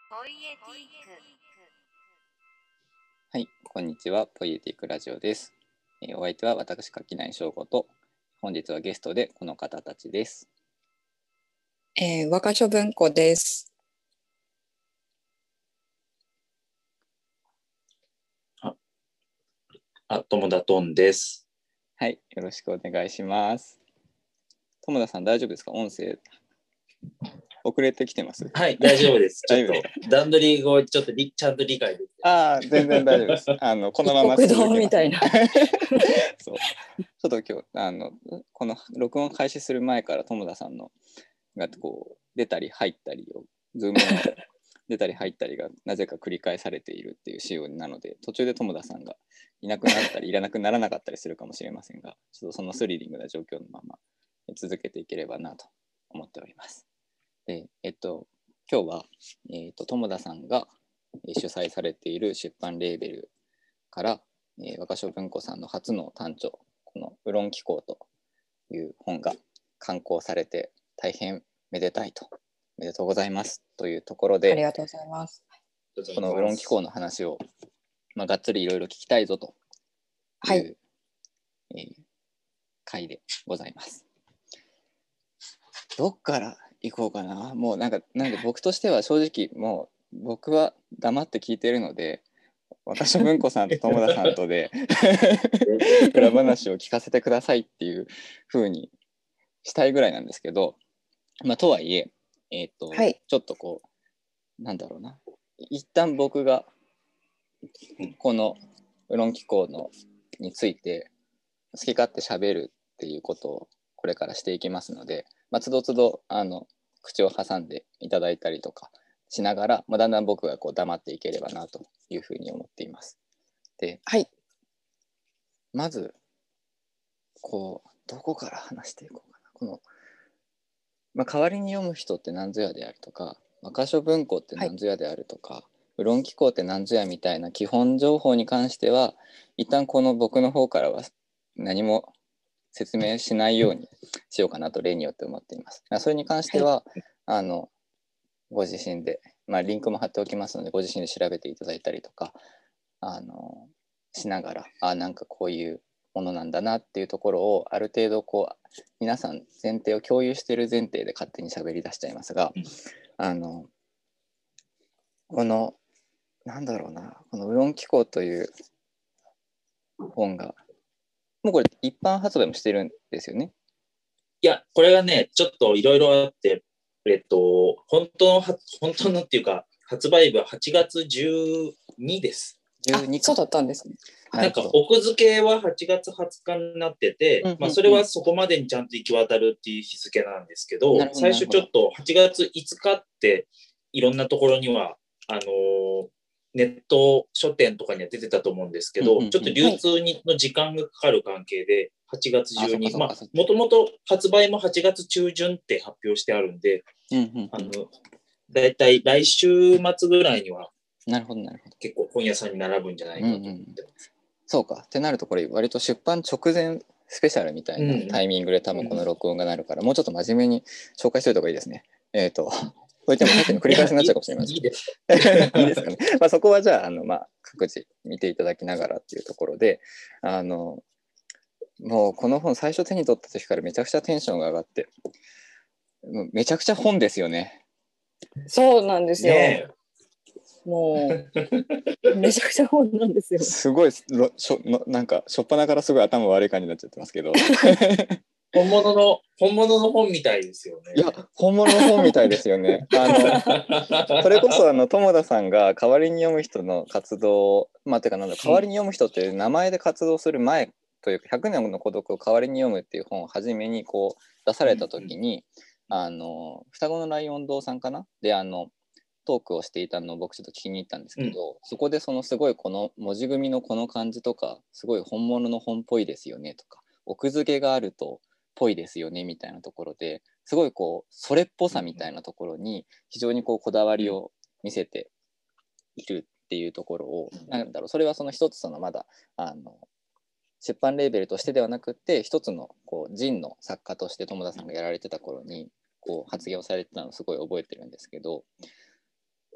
ポイエティック。 はい、こんにちは。ポイエティックラジオです。お相手は私、垣内翔吾と、本日はゲストでこの方たちです。 若書文庫です。 友田トンです。 はい、よろしくお願いします。友田さん、大丈夫ですか？音声遅れてきてます？ はい、大丈夫です。ちょっと大丈段取りをちゃんと理解できて。 全然大丈夫です。このまま国道みたいな。 そう。ちょっと今日この録音開始する前から友田さんのがこう出たり入ったりをズームの出たり入ったりがなぜか繰り返されているっていう仕様なので、途中で友田さんがいなくなったりいらなくならなかったりするかもしれませんが、ちょっとそのスリリングな状況のまま続けていければなと思っております。で、今日は、友田さんが主催されている出版レーベルから、若書文庫さんの初の短著、この「ウロン紀行」という本が刊行されて大変めでたいと、おめでとうございますというところで、 ありがとうございます。 この「ウロン紀行」の話を、がっつりいろいろ聞きたいぞという、回でございます。どっから行こうかな。もうなんで僕としては正直もう僕は黙って聞いてるので、若書文庫さんと友田さんとで裏話を聞かせてくださいっていう風にしたいぐらいなんですけど、とはいえちょっとこうなんだろうな、一旦僕がこのウロン紀行のについて好き勝手喋るっていうことをこれからしていきますので、つどつど口を挟んでいただいたりとかしながら、だんだん僕がこう黙っていければなというふうに思っています。で、まずこうどこから話していこうかな。この、代わりに読む人って何ぞやであるとか、若書文庫って何ぞやであるとか、ウロン紀行って何ぞやみたいな基本情報に関しては一旦この僕の方からは何も説明しないようにしようかなと例によって思っています。それに関しては、ご自身で、リンクも貼っておきますので、ご自身で調べていただいたりとかしながら、なんかこういうものなんだなっていうところをある程度こう皆さん前提を共有している前提で勝手に喋り出しちゃいますが、このなんだろうな、この「ウロン紀行」という本がもうこれ一般発売もしてるんですよね。 いや、これがね、ちょっといろいろあって、本当のっていうか、発売日は8月12です。 12 そうだったんですね。 なんか奥付けは8月20日になってて、それはそこまでにちゃんと行き渡るっていう日付なんですけど、最初ちょっと8月5日っていろんなところにはネット書店とかには出てたと思うんですけど、ちょっと流通の時間がかかる関係で8月12、もともと発売も8月中旬って発表してあるんで、だいたい来週末ぐらいにはなるほど結構本屋さんに並ぶんじゃないかと思ってます。 そうかってなると、これ割と出版直前スペシャルみたいなタイミングで多分この録音がなるから、もうちょっと真面目に紹介しておいた方がいいですね。これでもさっきの繰り返しになっちゃうかもしれません。 いいですいいですかね。そこはじゃあ各自見ていただきながらっていうところで、もうこの本最初手に取った時からめちゃくちゃテンションが上がって、もうめちゃくちゃ本ですよね。 そうなんですよ。もうめちゃくちゃ本なんですよ。 すごいなんか初っ端からすごい頭悪い感じになっちゃってますけど。 本物の本みたいですよね。 いや、本物の本みたいですよね。それこそ友田さんが代わりに読む人の活動、ていうか代わりに読む人っていう名前で活動する前というか、100年の孤独を代わりに読むっていう本を初めにこう出された時に、双子のライオン堂さんかなでトークをしていたのを僕ちょっと聞きに行ったんですけど、そこですごいこの文字組みのこの感じとかすごい本物の本っぽいですよねとか、奥付けがあるとぽいですよねみたいなところですごいこうそれっぽさみたいなところに非常にこうこだわりを見せているっていうところを、それはその一つまだ出版レーベルとしてではなくて一つのこう人の作家として友田さんがやられてた頃にこう発言をされてたのをすごい覚えてるんですけど、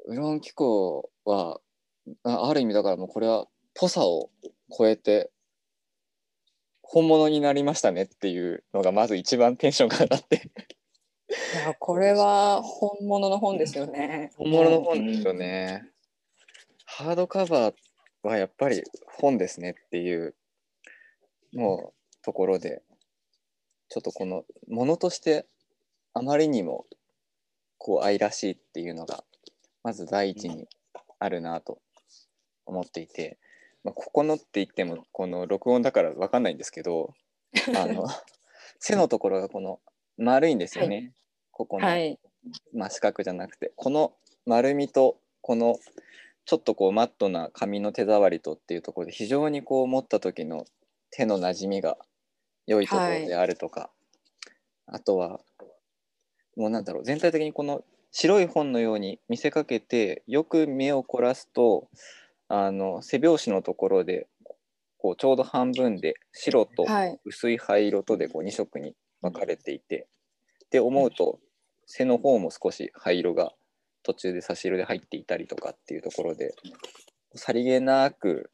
ウロン気候はある意味だからもうこれはぽさを超えて本物になりましたねっていうのがまず一番テンションが上がっていや、これは本物の本ですよね。 本物の本ですよね。ハードカバーはやっぱり本ですねっていうもうところで、ちょっとこのものとしてあまりにもこう愛らしいっていうのがまず第一にあるなと思っていて、ここのって言ってもこの録音だから分かんないんですけど背のところがこの丸いんですよね、ここの、四角じゃなくてこの丸みとこのちょっとこうマットな紙の手触りとっていうところで非常にこう持った時の手のなじみが良いところであるとか、あとはもうなんだろう、全体的にこの白い本のように見せかけてよく目を凝らすと背表紙のところでこうちょうど半分で白と薄い灰色とでこう2色に分かれていて、って思うと背の方も少し灰色が途中で差し色で入っていたりとかっていうところでさりげなく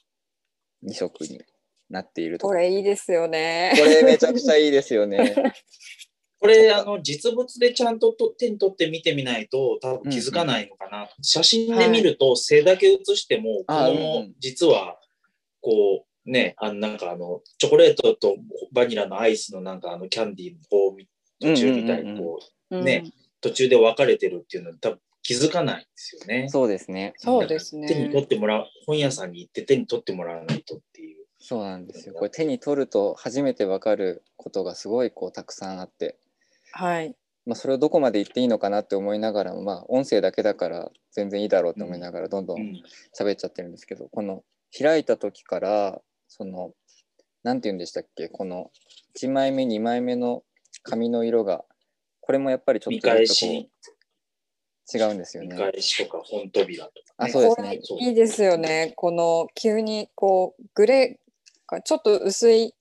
2色になっているところ。 これいいですよね。 これめちゃくちゃいいですよね。 これ実物でちゃんと手に取って見てみないと多分気づかないのかな。写真で見ると背だけ写しても、この実はこうね、なんかチョコレートとバニラのアイスのなんかキャンディーのこう途中みたいにこうね、途中で分かれてるっていうのは多分気づかないですよね。 そうですね。 そうですね。 手に取ってもらう、本屋さんに行って手に取ってもらわないとっていう。 そうなんですよ。これ手に取ると初めて分かることがすごいこうたくさんあって、それをどこまで言っていいのかなって思いながらも、音声だけだから全然いいだろうと思いながらどんどん喋っちゃってるんですけど、この開いた時からなんて言うんでしたっけ、この1枚目2枚目の紙の色がこれもやっぱりちょっとずつこう違うんですよね。 見返しとか本扉とか、 そうですね。 いいですよね。この急にこうグレーがちょっと薄い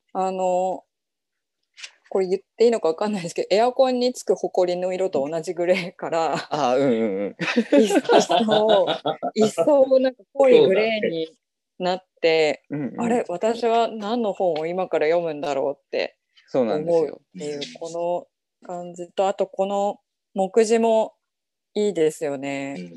これ言っていいのか分かんないですけど、エアコンにつくホコリの色と同じグレーから一層なんか濃いグレーになって、あれ私は何の本を今から読むんだろうって思うっていうこの感じと、あとこの目次もいいですよね。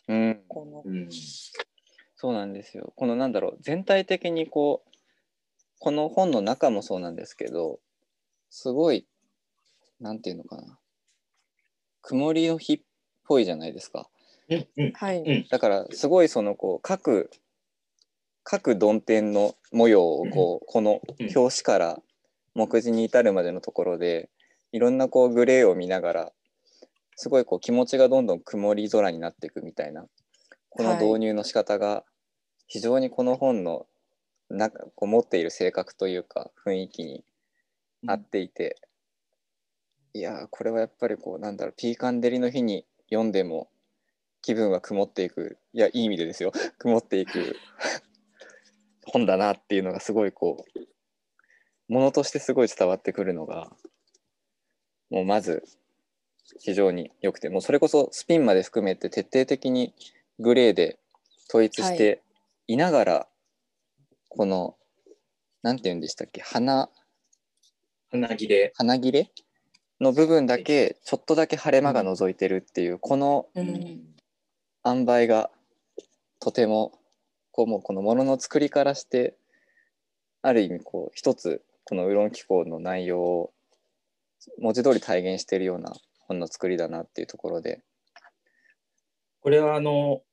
そうなんですよ。このなんだろう、全体的にこの本の中もそうなんですけど、すごいなんていうのかな、曇りの日っぽいじゃないですか。だからすごいこう各曇天の模様をこの表紙から目次に至るまでのところでいろんなこうグレーを見ながらすごいこう気持ちがどんどん曇り空になっていくみたいな、この導入の仕方が非常にこの本のこう持っている性格というか雰囲気に合っていて、いやこれはやっぱりこうなんだろう、ピーカンデリの日に読んでも気分は曇っていく、いやいい意味でですよ曇っていく本だなっていうのがすごいこうものとしてすごい伝わってくるのがもうまず非常に良くて、もうそれこそスピンまで含めて徹底的にグレーで統一していながら、このなんて言うんでしたっけ、花切れの部分だけちょっとだけ晴れ間が覗いてるっていう、この塩梅がとてももうこのものの作りからしてある意味こう一つこのウロン気候の内容を文字通り体現しているような本の作りだなっていうところで、 これはこ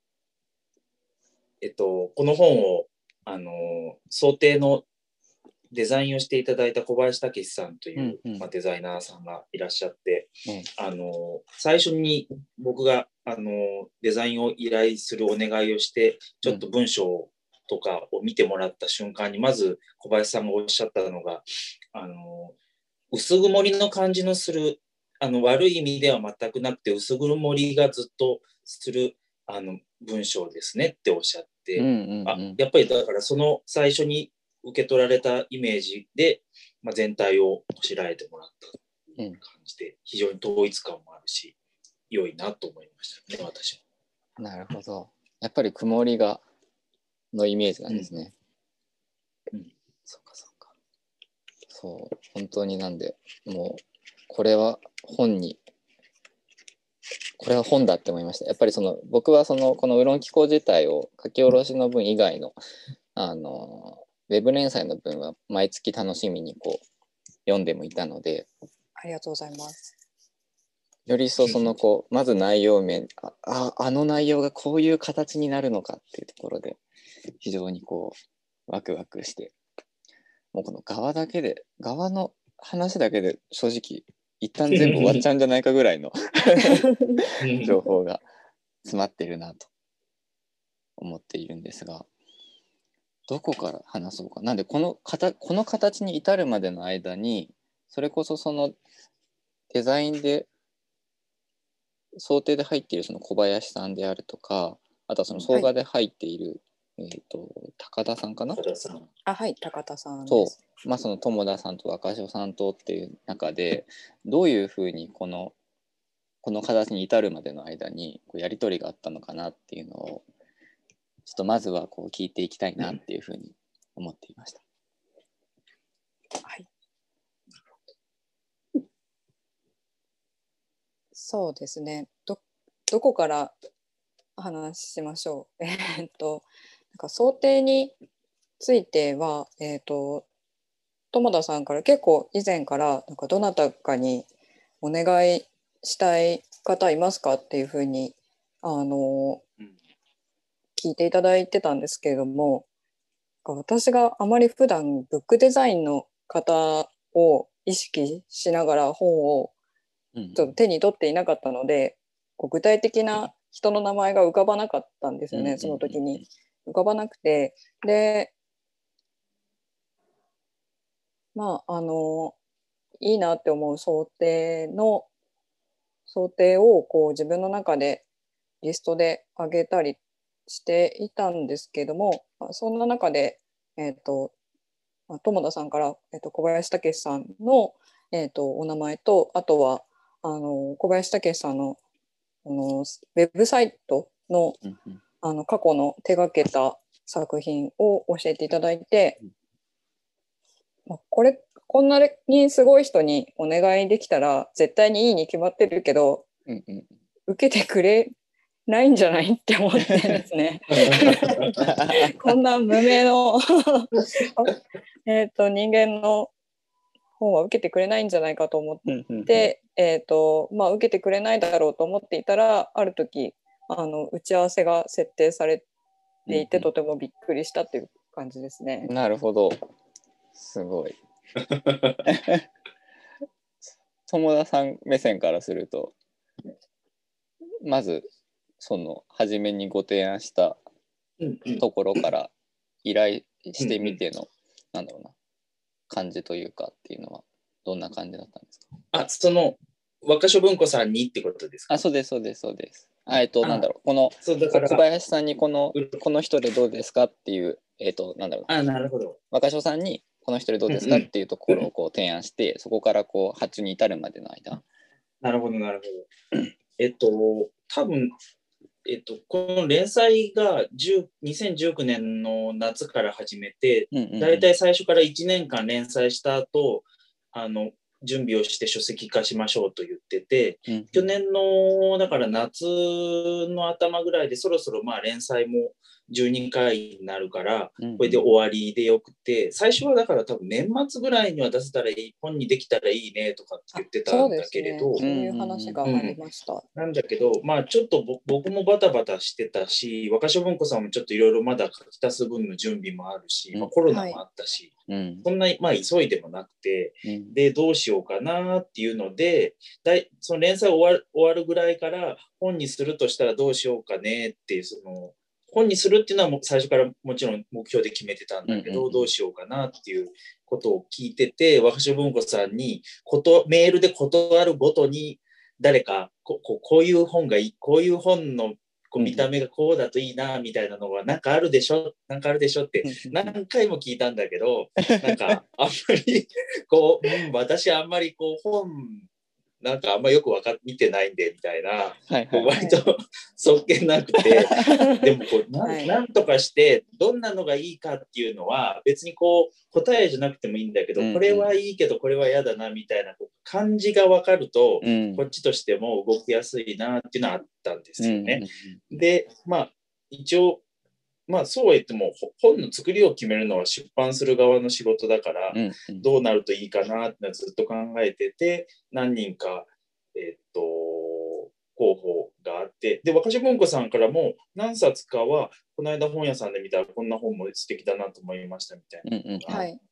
の本を想定のデザインをしていただいた小林武史さんという、デザイナーさんがいらっしゃって、最初に僕がデザインを依頼するお願いをしてちょっと文章とかを見てもらった瞬間に、まず小林さんがおっしゃったのが薄曇りの感じのする悪い意味では全くなくて薄曇りがずっとする文章ですねっておっしゃって、やっぱりだからその最初に受け取られたイメージで、全体をこしらえてもらった感じで、非常に統一感もあるし良いなと思いましたね、私は。 なるほど。やっぱり曇りのイメージなんですね。そうかそうか。そう、本当になんで、もう、これは本だって思いました。やっぱり僕はこのウロン機構自体を書き下ろしの分以外の、ウェブ連載の分は毎月楽しみに読んでもいたので、 ありがとうございます。 より一層まず内容面、あの内容がこういう形になるのかっていうところで非常にワクワクして、もうこの側の話だけで正直一旦全部終わっちゃうんじゃないかぐらいの情報が詰まってるなと思っているんですが、どこから話そうか。なんでこの形に至るまでの間に、それこそデザインで想定で入っている小林さんであるとか、あとは総画で入っている、高田さんかな。 はい、高田さんです。 そう、友田さんと若潮さんとっていう中で、どういうふうにこの形に至るまでの間にやり取りがあったのかなっていうのを、ちょっとまずは聞いていきたいなっていうふうに思っていました。 はい。そうですね。どこから話しましょう。なんか想定については、友田さんから結構以前からなんかどなたかにお願いしたい方いますかっていうふうに聞いていただいてたんですけれども、私があまり普段ブックデザインの方を意識しながら本をちょっと手に取っていなかったので、具体的な人の名前が浮かばなかったんですよね、その時に。浮かばなくて、でいいなって思う想定を自分の中でリストで上げたりしていたんですけども、そんな中で、友田さんから、小林武史さんの、お名前と、あとは小林武史さんのウェブサイトの、過去の手がけた作品を教えていただいて、こんなにすごい人にお願いできたら絶対にいいに決まってるけど、受けてくれないんじゃないって思ってですねこんな無名の人間の本は受けてくれないんじゃないかと思って、受けてくれないだろうと思っていたら、ある時打ち合わせが設定されていて、とてもびっくりしたっていう感じですね。 なるほど、すごい友田さん目線からすると、まず初めにご提案したところから依頼してみての、なんだろうな、感じというかっていうのはどんな感じだったんですか？ 若所文庫さんにってことですか？ そうですそうですそうです。なんだろう、この小林さんにこの人でどうですかっていう、なんだろう、 なるほど。 若所さんにこの人でどうですかっていうところを提案して、そこから発注に至るまでの間。 なるほどなるほど。多分この連載が2019年の夏から始めて、だいたい最初から1年間連載した後、準備をして書籍化しましょうと言ってて、去年のだから夏の頭ぐらいでそろそろ連載も12回になるから、これで終わりでよくて、最初はだから多分年末ぐらいには出せたらいい、本にできたらいいねとかって言ってたんだけれど、 そういう話がありました。 なんだけど、ちょっと僕もバタバタしてたし、若所文庫さんもちょっといろいろまだ書き足す分の準備もあるし、コロナもあったし、そんな急いでもなくて、でどうしようかなっていうので、その連載終わるぐらいから本にするとしたらどうしようかねっていう、本にするっていうのはもう最初からもちろん目標で決めてたんだけど、どうしようかなっていうことを聞いてて、若所文庫さんにメールで断るごとに誰かこういう本がいい、こういう本の見た目がこうだといいなみたいなのはなんかあるでしょって何回も聞いたんだけど、なんかあんまり私あんまり本なんかあんまよく見てないんでみたいな、 はいはい、 割とそっけなくてでもこうなんとかしてどんなのがいいかっていうのは別にこう答えじゃなくてもいいんだけど、これはいいけどこれは嫌だなみたいな感じが分かると、こっちとしても動きやすいなっていうのはあったんですよね。でまあ一応まあそうは言っても本の作りを決めるのは出版する側の仕事だから、どうなるといいかなってずっと考えてて、何人か、候補があって、で若島文庫さんからも何冊かはこの間本屋さんで見たらこんな本も素敵だなと思いましたみたいなのがあって、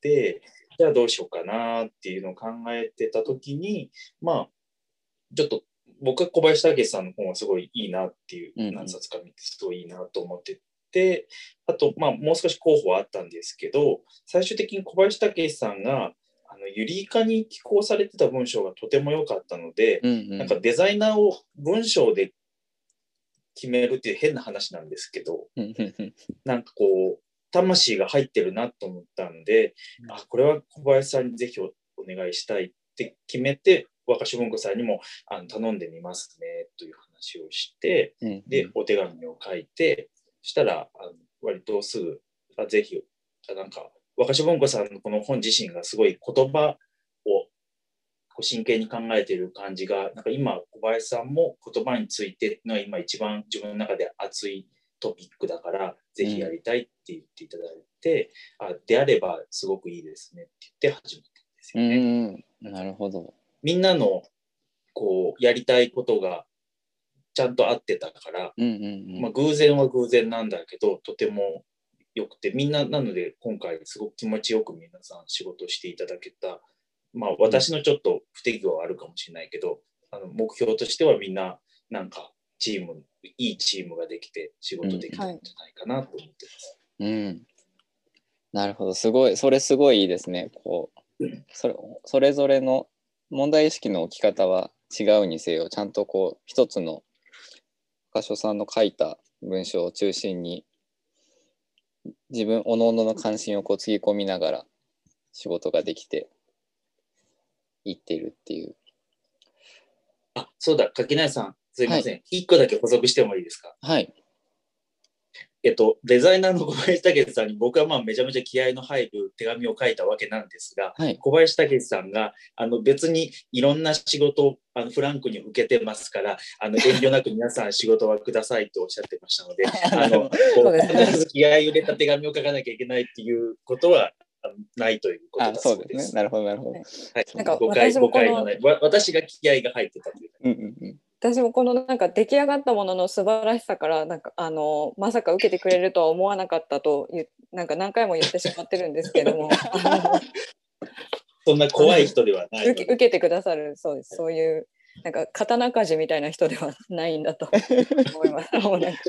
じゃあどうしようかなっていうのを考えてた時に、まあちょっと僕は小林武史さんの本はすごいいいなっていう、何冊か見てすごいいいなと思ってて、あと、まあ、もう少し候補はあったんですけど、最終的に小林武史さんがユリイカに寄稿されてた文章がとても良かったので、なんかデザイナーを文章で決めるっていう変な話なんですけど、なんかこう魂が入ってるなと思ったんで、これは小林さんにぜひお願いしたいって決めて、若島文庫さんにも頼んでみますねという話をして、でお手紙を書いて、そしたら割とすぐぜひなんか若島文庫さんのこの本自身がすごい言葉を真剣に考えている感じが、なんか今小林さんも言葉についての今一番自分の中で熱いトピックだからぜひやりたいって言っていただいて、であればすごくいいですねって言って始めたんですよね。 なるほど。 みんなのこうやりたいことがちゃんと合ってたから、まあ、偶然は偶然なんだけどとてもよくて、みんななので今回すごく気持ちよく皆さん仕事していただけた。まあ私のちょっと不適合はあるかもしれないけど、目標としてはみんななんかいいチームができて仕事できたんじゃないかなと思ってます。 なるほど、すごい、それすごいいいですね。こうそれぞれの問題意識の置き方は違うにせよ、ちゃんとこう一つの若所さんの書いた文章を中心に自分おのおのの関心をこうつぎ込みながら仕事ができていっているっていう。 そうだ、垣内さん、すいません。一個だけ補足してもいいですか？ はい。 デザイナーの小林武史さんに僕はまあめちゃめちゃ気合いの入る手紙を書いたわけなんですが、小林武史さんが別にいろんな仕事をフランクに受けてますから遠慮なく皆さん仕事はくださいとおっしゃってましたので必ず気合い入れた手紙を書かなきゃいけないっていうことはないということだそうです。 なるほどなるほど。 なんか誤解のない私が気合が入ってたという。 私もこのなんか出来上がったものの素晴らしさからなんかまさか受けてくれるとは思わなかったとなんか何回も言ってしまってるんですけどもそんな怖い人ではない受けてくださるそういうなんか刀鍛冶みたいな人ではないんだと思います。もうなんか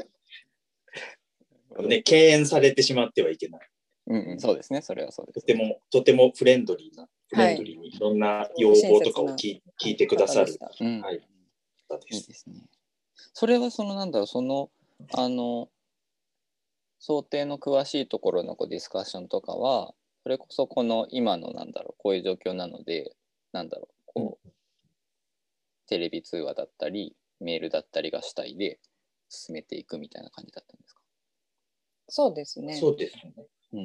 ね、敬遠されてしまってはいけない。 そうですね、それはそうです。 とてもフレンドリーにいろんな要望とかを聞いてくださる。 いいですね。それはなんだろう、想定の詳しいところのディスカッションとかは、それこそこの今のこういう状況なので、テレビ通話だったりメールだったりが主体で進めていくみたいな感じだったんですか？ そうですね。 そうですね。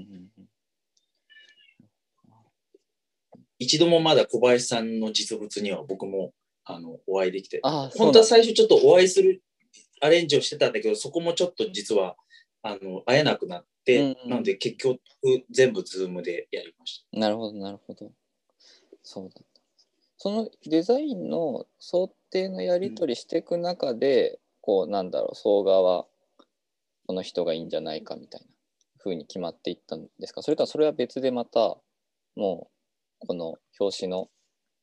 一度もまだ小林さんの実物には僕もお会いできて、本当は最初ちょっとお会いするアレンジをしてたんだけど、そこもちょっと実は会えなくなって、なので結局全部ズームでやりました。 なるほどなるほど。そうだった。そのデザインの想定のやり取りしていく中で、総画はこの人がいいんじゃないかみたいな風に決まっていったんですか？それとはそれは別でまたもうこの表紙の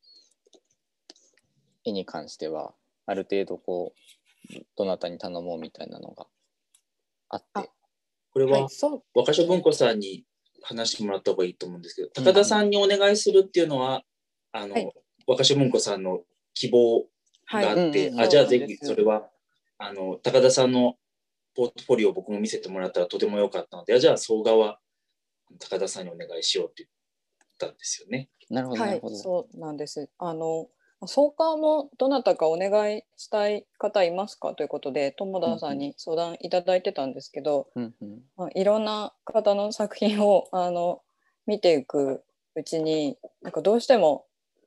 絵に関してはある程度どなたに頼もうみたいなのがあって、 これは若所文庫さんに話してもらった方がいいと思うんですけど、高田さんにお願いするっていうのは若所文庫さんの希望があって、じゃあぜひそれは高田さんのポートフォリオを僕も見せてもらったらとても良かったので、じゃあ総画は高田さんにお願いしようって言ったんですよね。 なるほどなるほど。 そうなんです。 創刊もどなたかお願いしたい方いますかということで友田さんに相談いただいてたんですけど、いろんな方の作品を見ていくうちになんかどうしても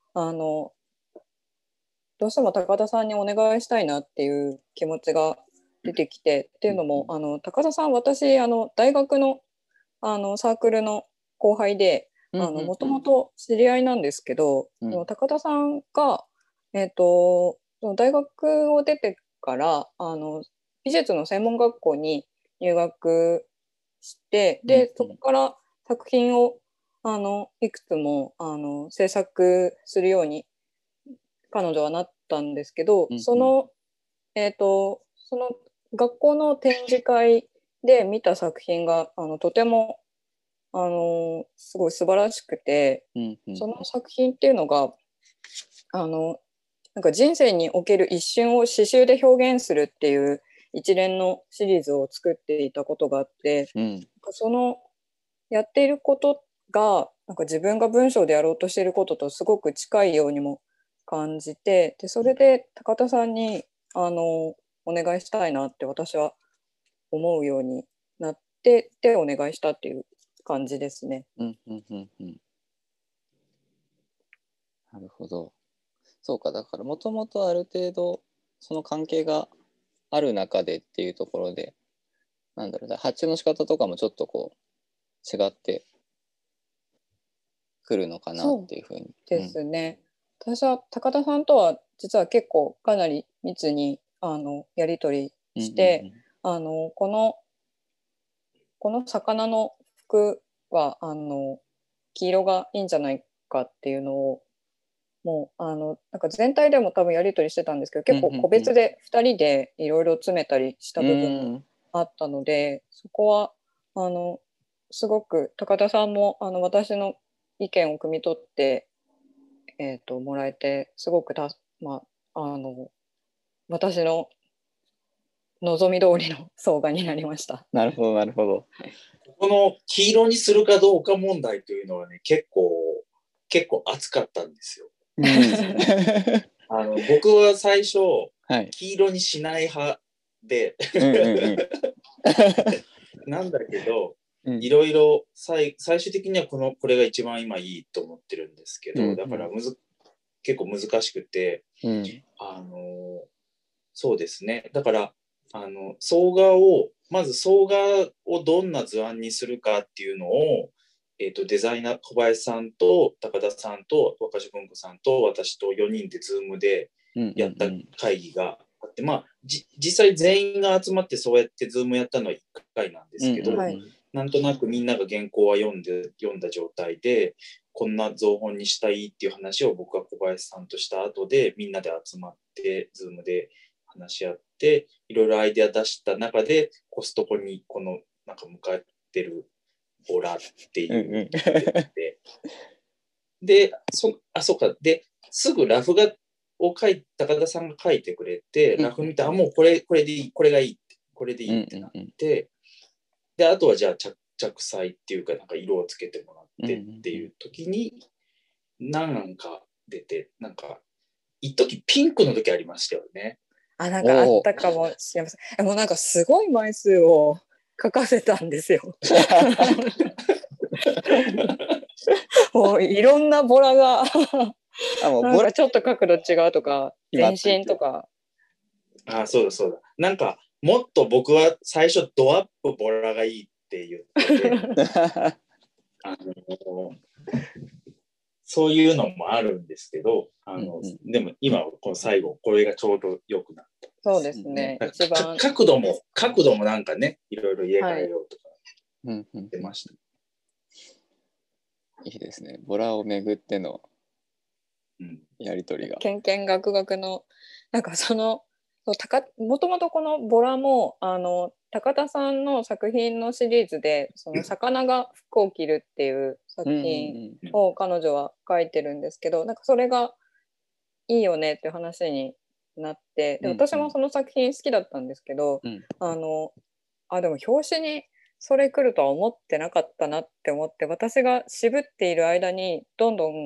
高田さんにお願いしたいなっていう気持ちが出てきて、っていうのも高田さん、私大学のサークルの後輩でもともと知り合いなんですけど、高田さんが、大学を出てから美術の専門学校に入学して、でそこから作品をいくつも制作するように彼女はなったんですけど、その学校の展示会で見た作品がとてもすごい素晴らしくて、その作品っていうのがなんか人生における一瞬を刺繍で表現するっていう一連のシリーズを作っていたことがあって、そのやっていることがなんか自分が文章でやろうとしていることとすごく近いようにも感じて、でそれで高田さんにお願いしたいなって私は思うようになってでお願いしたっていう感じですね。 なるほど。そうか、だからもともとある程度その関係がある中でっていうところで、なんだろうな、発注の仕方とかもちょっとこう違ってくるのかなっていうふうに。 ですね。私は高田さんとは実は結構かなり密にやり取りして、この魚の服は黄色がいいんじゃないかっていうのをもうなんか全体でも多分やり取りしてたんですけど、結構個別で2人でいろいろ詰めたりした部分もあったので、そこはすごく高田さんも私の意見を汲み取って、もらえてすごく私の望み通りの相場になりました。 なるほどなるほど。 この黄色にするかどうか問題というのはね、結構熱かったんですよ。僕は最初、黄色にしない派でなんだけど、いろいろ最終的にはこれが一番今いいと思ってるんですけど、だから結構難しくて、そうですね。だからまず総画をどんな図案にするかっていうのを、デザイナー小林さんと高田さんと若樹文子さんと私と4人でズームでやった会議があって、実際全員が集まってそうやってズームやったのは1回なんですけど、なんとなくみんなが原稿は読んだ状態でこんな造本にしたいっていう話を僕は小林さんとした後でみんなで集まってズームで話し合っていろいろアイデア出した中でコストコにこのなんか向かってるボラっていうでそうかですぐラフを高田さんが書いてくれて、ラフ見てもうこれでいい、これがいいこれでいいってなって、であとはじゃあ着彩っていうかなんか色をつけてもらってっていう時になんか出て、なんか一時ピンクの時ありましたよね。 なんかあったかもしれません。もうなんかすごい枚数を書かせたんですよ。もういろんなボラがなんかちょっと角度違うとか全身とか。 そうだ。なんかもっと僕は最初ドアップボラがいいって言っててそういうのもあるんですけど、でも今この最後これがちょうど良くなった。 そうですね。 一番角度もなんかね、いろいろ入れ替えようとか出ました。 いいですね。ボラをめぐってのやり取りが。 けんけんがくがくのなんかもともとこのボラも高田さんの作品のシリーズでその魚が服を着るっていう作品を彼女は書いてるんですけど、なんかそれがいいよねっていう話になって、で私もその作品好きだったんですけど、でも表紙にそれ来るとは思ってなかったなって思って、私が渋っている間にどんどん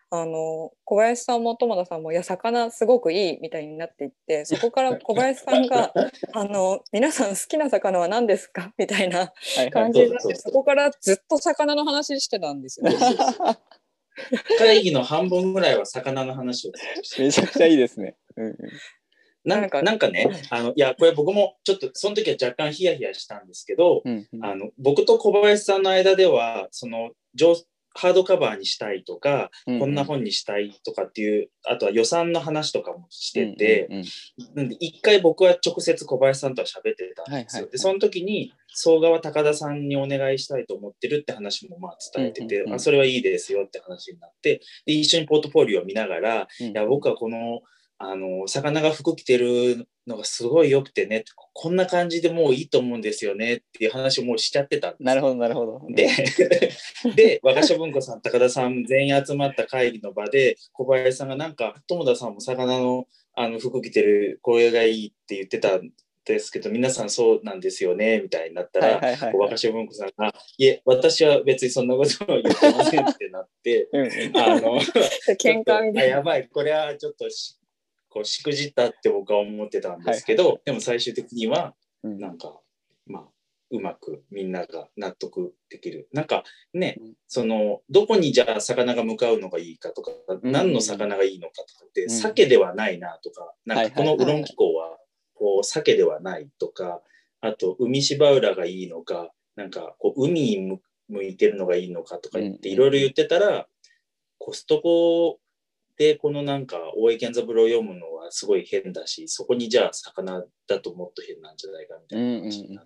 小林さんも友田さんもいや魚すごくいいみたいになっていって、そこから小林さんが皆さん好きな魚は何ですかみたいな感じになって、そこからずっと魚の話してたんですよね。 会議の半分ぐらいは魚の話をめちゃくちゃいいですね。 なんかね、いやこれ僕もちょっとその時は若干ヒヤヒヤしたんですけど、僕と小林さんの間ではそのハードカバーにしたいとか、こんな本にしたいとかっていう、あとは予算の話とかもしてて、なんで一回僕は直接小林さんとは喋ってたんですよ。でその時に総川高田さんにお願いしたいと思ってるって話もまあ伝えてて、それはいいですよって話になって、で一緒にポートフォリオを見ながら、いや僕はこの魚が服着てるのがすごい良くてね、こんな感じでもういいと思うんですよねっていう話をもうしちゃってたんです。 なるほどなるほど。 で若所文庫さん高田さん全員集まった会議の場で小林さんがなんか友田さんも魚の服着てるこれがいいって言ってたんですけど、皆さんそうなんですよねみたいになったら、若所文庫さんがいえ私は別にそんなことを言ってませんってなって喧嘩みたいな。 やばいこれはちょっとこうしくじったって僕は思ってたんですけど、でも最終的にはなんか、まあうまくみんなが納得できる。なんかね、そのどこにじゃあ魚が向かうのがいいかとか、何の魚がいいのかとかって、鮭ではないなとか、なんかこのウロン気候はこう鮭ではないとか、あと海芝浦がいいのか、なんかこう海に向いてるのがいいのかとか言っていろいろ言ってたら、コストコでこのなんか大江健三郎を読むのはすごい変だし、そこにじゃあ魚だともっと変なんじゃないかみたいな話になって、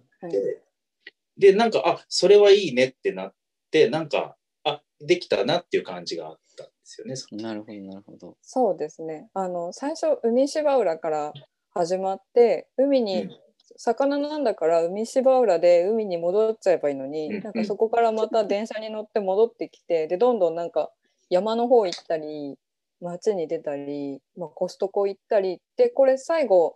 でなんかそれはいいねってなって、なんかできたなっていう感じがあったんですよね。 なるほどなるほど。 そうですね。最初海芝浦から始まって、海に、魚なんだから海芝浦で海に戻っちゃえばいいのに、なんかそこからまた電車に乗って戻ってきて、でどんどんなんか山の方行ったり街に出たり、コストコ行ったりで、これ最後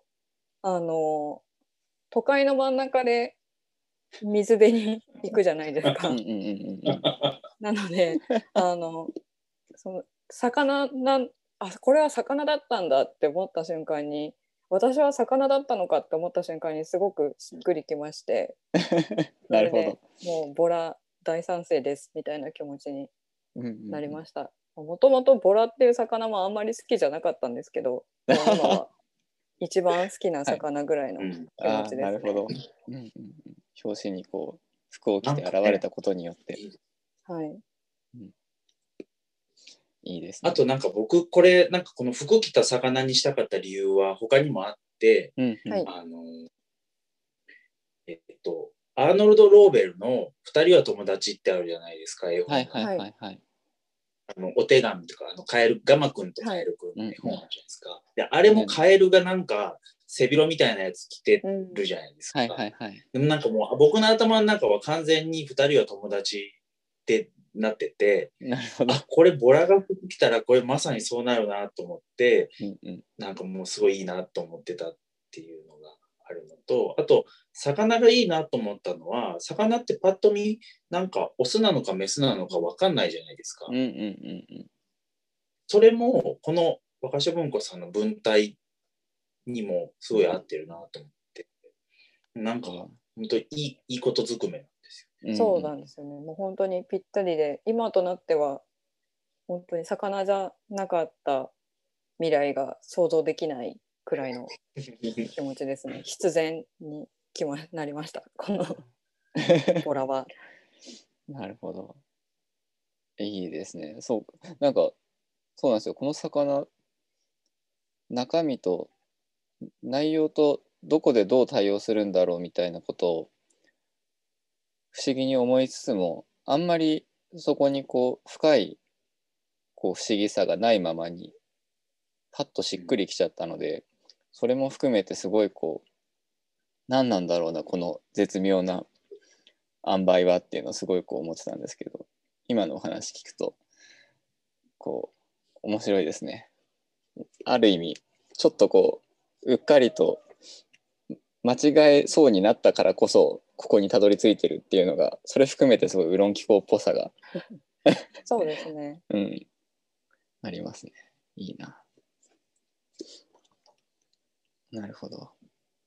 都会の真ん中で水辺に行くじゃないですか。なのでその魚これは魚だったんだって思った瞬間に、私は魚だったのかって思った瞬間にすごくしっくりきまして、 なるほど。 もうボラ大賛成ですみたいな気持ちになりました。もともとボラっていう魚もあんまり好きじゃなかったんですけど、今は一番好きな魚ぐらいの気持ちですね。 なるほど。表紙にこう服を着て現れたことによって、 はい。 いいですね。 あとなんか僕これなんかこの服着た魚にしたかった理由は他にもあって、アーノルド・ローベルの2人は友達ってあるじゃないですか、絵本。お手紙とかカエルガマくんとカエルくんの絵本あるじゃないですか。であれもカエルがなんか背広みたいなやつ着てるじゃないですか。でもなんかもう僕の頭の中は完全に2人は友達ってなってて、これボラが服着たらこれまさにそうなるなと思って、なんかもうすごいいいなと思ってたっていうのがあるのと、あと魚がいいなと思ったのは、魚ってパッと見なんかオスなのかメスなのか分かんないじゃないですか。それもこの若所文庫さんの文体にもすごい合ってるなと思って、なんか本当にいいことずくめなんですよ。 そうなんですよね。もう本当にぴったりで、今となっては本当に魚じゃなかった未来が想像できないくらいの気持ちですね。必然になりました、このボラは。 なるほど。いいですね。なんかそうなんですよ。この魚、中身と内容とどこでどう対応するんだろうみたいなことを不思議に思いつつも、あんまりそこにこう深いこう不思議さがないままにパッとしっくりきちゃったので、それも含めてすごいこう何なんだろうなこの絶妙な塩梅はっていうのをすごいこう思ってたんですけど、今のお話聞くとこう面白いですね。ある意味ちょっとこううっかりと間違えそうになったからこそここにたどり着いてるっていうのが、それ含めてすごいウロン気候っぽさがそうですね。 ありますね。いいな。なるほど。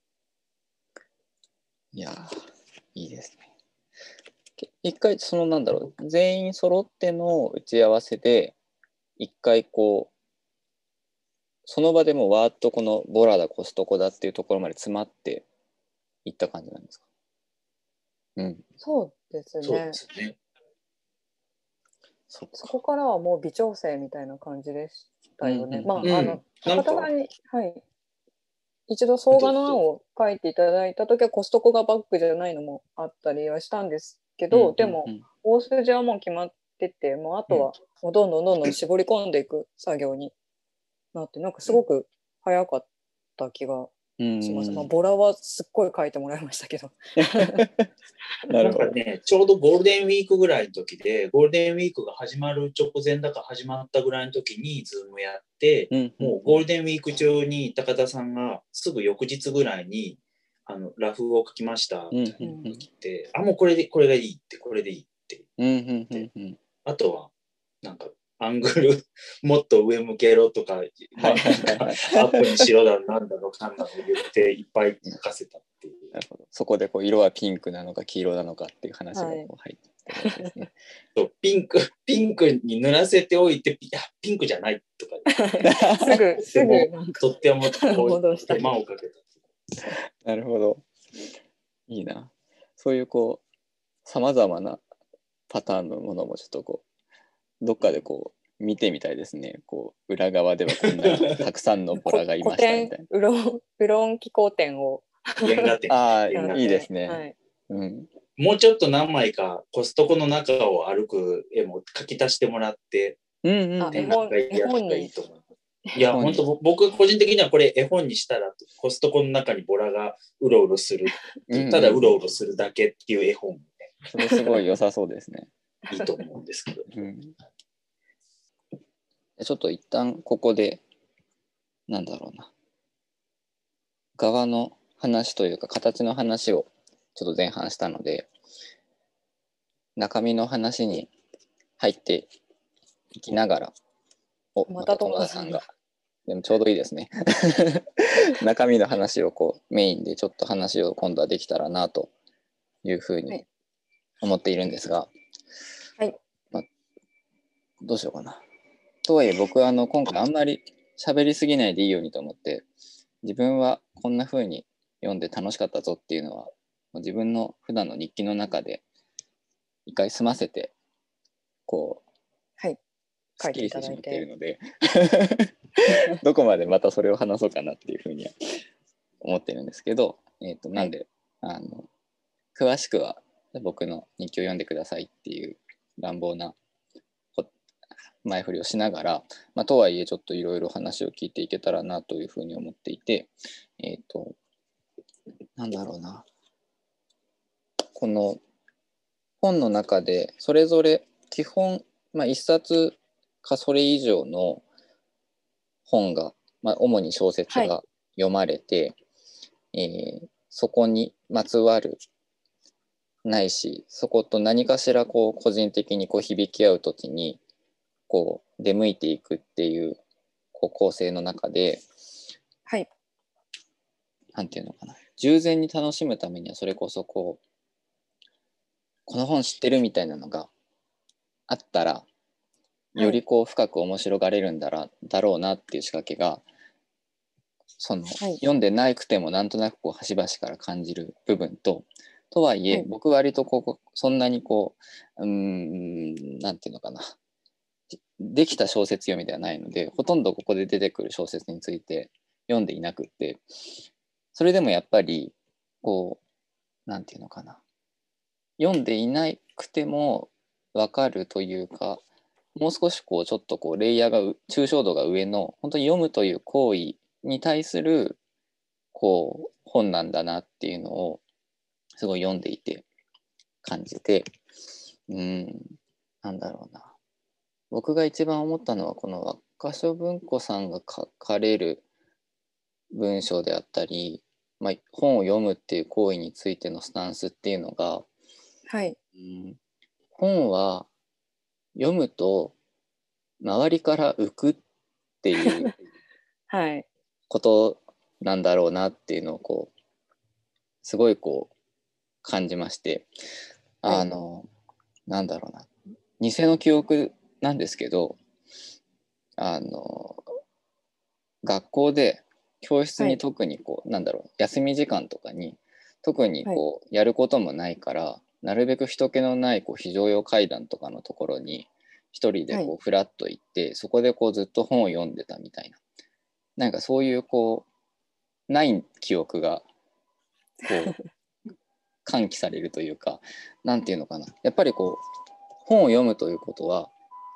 いや、いいですね。一回なんだろう、全員揃っての打ち合わせで一回こうその場でもうわーっとこのボラだコストコだっていうところまで詰まっていった感じなんですか？うん。 そうですね。 そうですね。 そこからはもう微調整みたいな感じでしたよね。まあ高田さんに、はい、一度相場の案を書いていただいた時はコストコがバックじゃないのもあったりはしたんですけど、でも大筋はもう決まってて、もうあとはもうどんどん絞り込んでいく作業になって、なんかすごく早かった気がします。まあ、ボラはすっごい書いてもらいましたけど。 なんかね、ちょうどゴールデンウィークぐらいの時で、ゴールデンウィークが始まる直前だか始まったぐらいの時にズームやって、もうゴールデンウィーク中に高田さんがすぐ翌日ぐらいにラフを書きましたって言って、もうこれがいいって、これでいいって言って、あとはなんかアングルもっと上向けろとか、アップにしろだなんだろうなんだろう言っていっぱい書かせたっていう。 なるほど。そこでこう色はピンクなのか黄色なのかっていう話がこう入ってるわけですね。 そうピンクに塗らせておいてピンクじゃないとかすぐとっても手間をかけた。 なるほど。いいな。そういうこうさまざまなパターンのものもちょっとこうどっかでこう見てみたいですね。こう裏側ではこんなたくさんのボラがいましたみたいな。 ウロン気候展を原画展。 ああ、いいですね。はい、 うん。もうちょっと何枚かコストコの中を歩く絵も描き足してもらって、 絵本がいいと思います。いや、本当僕個人的にはこれ絵本にしたらコストコの中にボラがうろうろする、ただうろうろするだけっていう絵本、ね、 それすごい良さそうですね。 いいと思うんですけど。 ちょっと一旦ここでなんだろうな。側の話というか形の話をちょっと前半したので中身の話に入っていきながらまた友田さんがでもちょうどいいですね中身の話をこうメインでちょっと話を今度はできたらなというふうに思っているんですが、 はいどうしようかな。とはいえ僕は今回あんまり喋りすぎないでいいようにと思って自分はこんな風に読んで楽しかったぞっていうのは自分の普段の日記の中で一回済ませてこう、 書いていただいているのでどこまでまたそれを話そうかなっていう風には思ってるんですけど、なんで詳しくは僕の日記を読んでくださいっていう乱暴な前振りをしながら、とはいえちょっといろいろ話を聞いていけたらなというふうに思っていて、なんだろうな、この本の中でそれぞれ基本、1冊かそれ以上の本が、主に小説が読まれて、そこにまつわるないしそこと何かしらこう個人的にこう響き合うときにこう出向いていくっていうこう構成の中で、なんていうのかな、従前に楽しむためにはそれこそこの本知ってるみたいなのがあったらよりこう深く面白がれるんだろうなっていう仕掛けが読んでなくてもなんとなくこう端々から感じる部分とはいえ、僕割とそんなになんていうのかな、できた小説読みではないのでほとんどここで出てくる小説について読んでいなくってそれでもやっぱりなんていうのかな、読んでいなくても分かるというかもう少しちょっとレイヤーが抽象度が上の本当に読むという行為に対する本なんだなっていうのをすごい読んでいて感じてなんだろうな、僕が一番思ったのはこの若所文庫さんが書かれる文章であったり、本を読むっていう行為についてのスタンスっていうのが、本は読むと周りから浮くっていうことなんだろうなっていうのをこうすごいこう感じまして、なんだろうな、偽の記憶なんですけど、学校で教室に特にこう、なんだろう、休み時間とかに特にこうやることもないから、なるべく人気のないこう非常用階段とかのところに一人でこうフラッと行って、そこでこうずっと本を読んでたみたいな、なんかそういうこうない記憶がこう喚起されるというか、なんていうのかな、やっぱりこう本を読むということは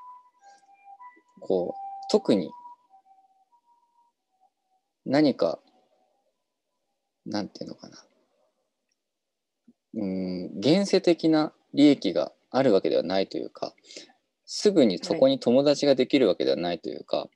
こう特に何かなんていうのかな、現世的な利益があるわけではないというか、すぐにそこに友達ができるわけではないというか、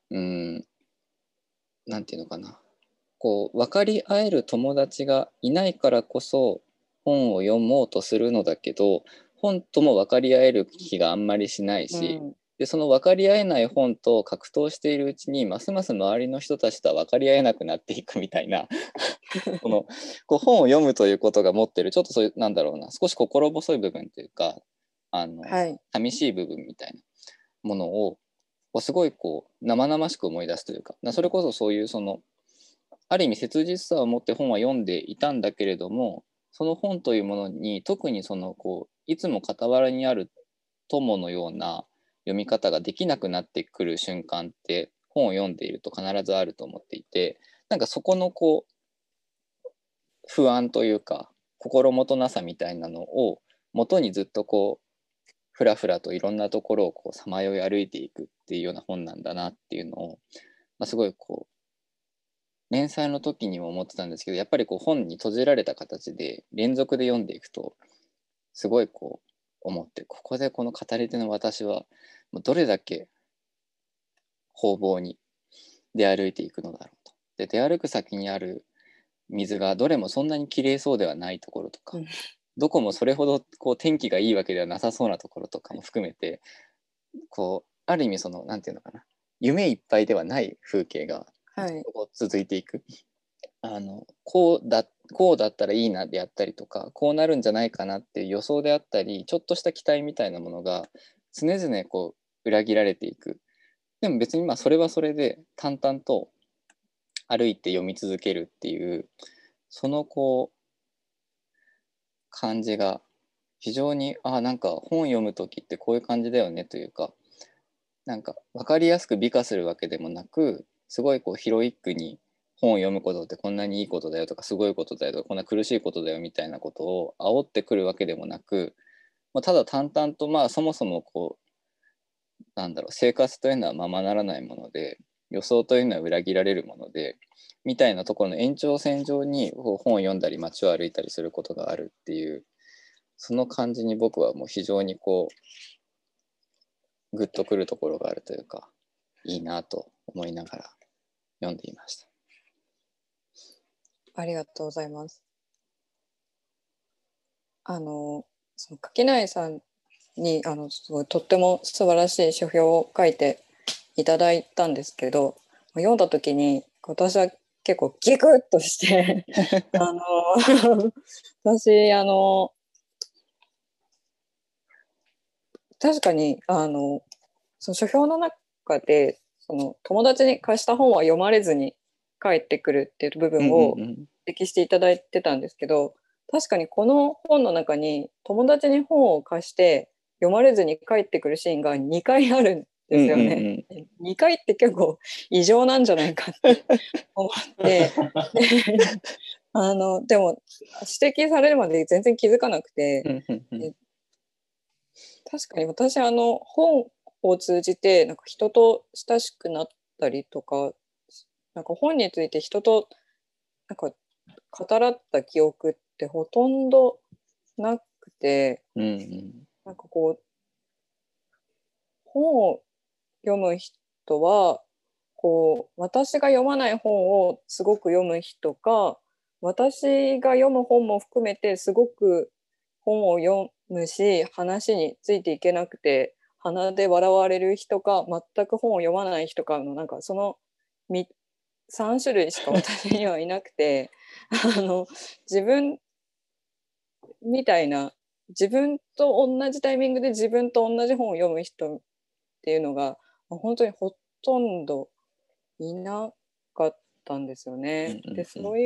なんていうのかな、こう分かり合える友達がいないからこそ本を読もうとするのだけど、本とも分かり合える気があんまりしないし、でその分かり合えない本と格闘しているうちにますます周りの人たちとは分かり合えなくなっていくみたいなこう本を読むということが持ってるちょっとそういうなんだろうな、少し心細い部分というか寂しい部分みたいなものをすごいこう生々しく思い出すというか、それこそそういうそのある意味切実さを持って本は読んでいたんだけれども、その本というものに特にそのこういつも傍らにある友のような読み方ができなくなってくる瞬間って本を読んでいると必ずあると思っていて、なんかそこのこう不安というか心もとなさみたいなのを元にずっとこうふらふらといろんなところをこうさまよい歩いていくっていうような本なんだなっていうのを、すごいこう連載の時にも思ってたんですけど、やっぱりこう本に閉じられた形で連続で読んでいくとすごいこう思って、ここでこの語り手の私はどれだけ方々に出歩いていくのだろうと。で出歩く先にある水がどれもそんなに綺麗そうではないところとか、どこもそれほどこう天気がいいわけではなさそうなところとかも含めて、こうある意味そのなんていうのかな、夢いっぱいではない風景が続いていく、こうだったらいいなであったりとか、こうなるんじゃないかなっていう予想であったり、ちょっとした期待みたいなものが常々こう裏切られていく。でも別にそれはそれで淡々と歩いて読み続けるっていうそのこう感じが非常になんか本読む時ってこういう感じだよねというか、なんか分かりやすく美化するわけでもなく、すごいこうヒロイックに本を読むことってこんなにいいことだよとかすごいことだよとかこんな苦しいことだよみたいなことを煽ってくるわけでもなく、ただ淡々とそもそもこうなんだろう、生活というのはままならないもので予想というのは裏切られるものでみたいなところの延長線上に本を読んだり街を歩いたりすることがあるっていう、その感じに僕はもう非常にこうグッとくるところがあるというか、いいなと思いながら読んでいました。 ありがとうございます。その垣内さんにすごいとっても素晴らしい書評を書いていただいたんですけど、読んだ時に私は結構ギクッとして私確かにその書評の中でその友達に貸した本は読まれずに帰ってくるっていう部分を指摘していただいてたんですけど、確かにこの本の中に友達に本を貸して読まれずに帰ってくるシーンが2回あるんですよね。2回って結構異常なんじゃないかって思ってでも指摘されるまで全然気づかなくて確かに私本を通じてなんか人と親しくなったりとか、なんか本について人となんか語らった記憶ってほとんどなくて、なんかこう本を読む人はこう私が読まない本をすごく読む人か、私が読む本も含めてすごく本を読むし話についていけなくて鼻で笑われる人か全く本を読まない人かのなんかその3種類しか私にはいなくて自分みたいな自分と同じタイミングで自分と同じ本を読む人っていうのが本当にほとんどいなかったんですよね。でそう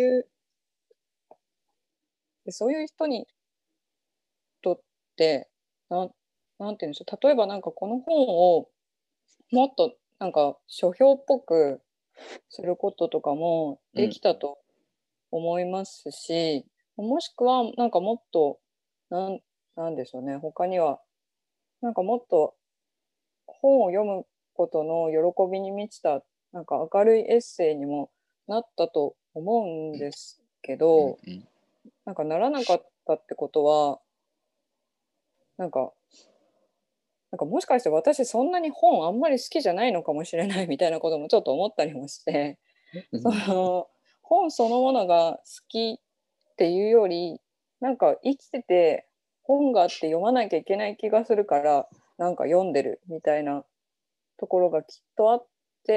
いう人にとってなんて言うんでしょう、例えばなんかこの本をもっとなんか書評っぽくすることとかもできたと思いますし、もしくはなんかもっとなんでしょうね、他にはなんかもっと本を読むことの喜びに満ちたなんか明るいエッセイにもなったと思うんですけど、なんかならなかったってことはなんかもしかして私そんなに本あんまり好きじゃないのかもしれないみたいなこともちょっと思ったりもしてその本そのものが好きっていうよりなんか生きてて本があって読まなきゃいけない気がするからなんか読んでるみたいなところがきっとあって、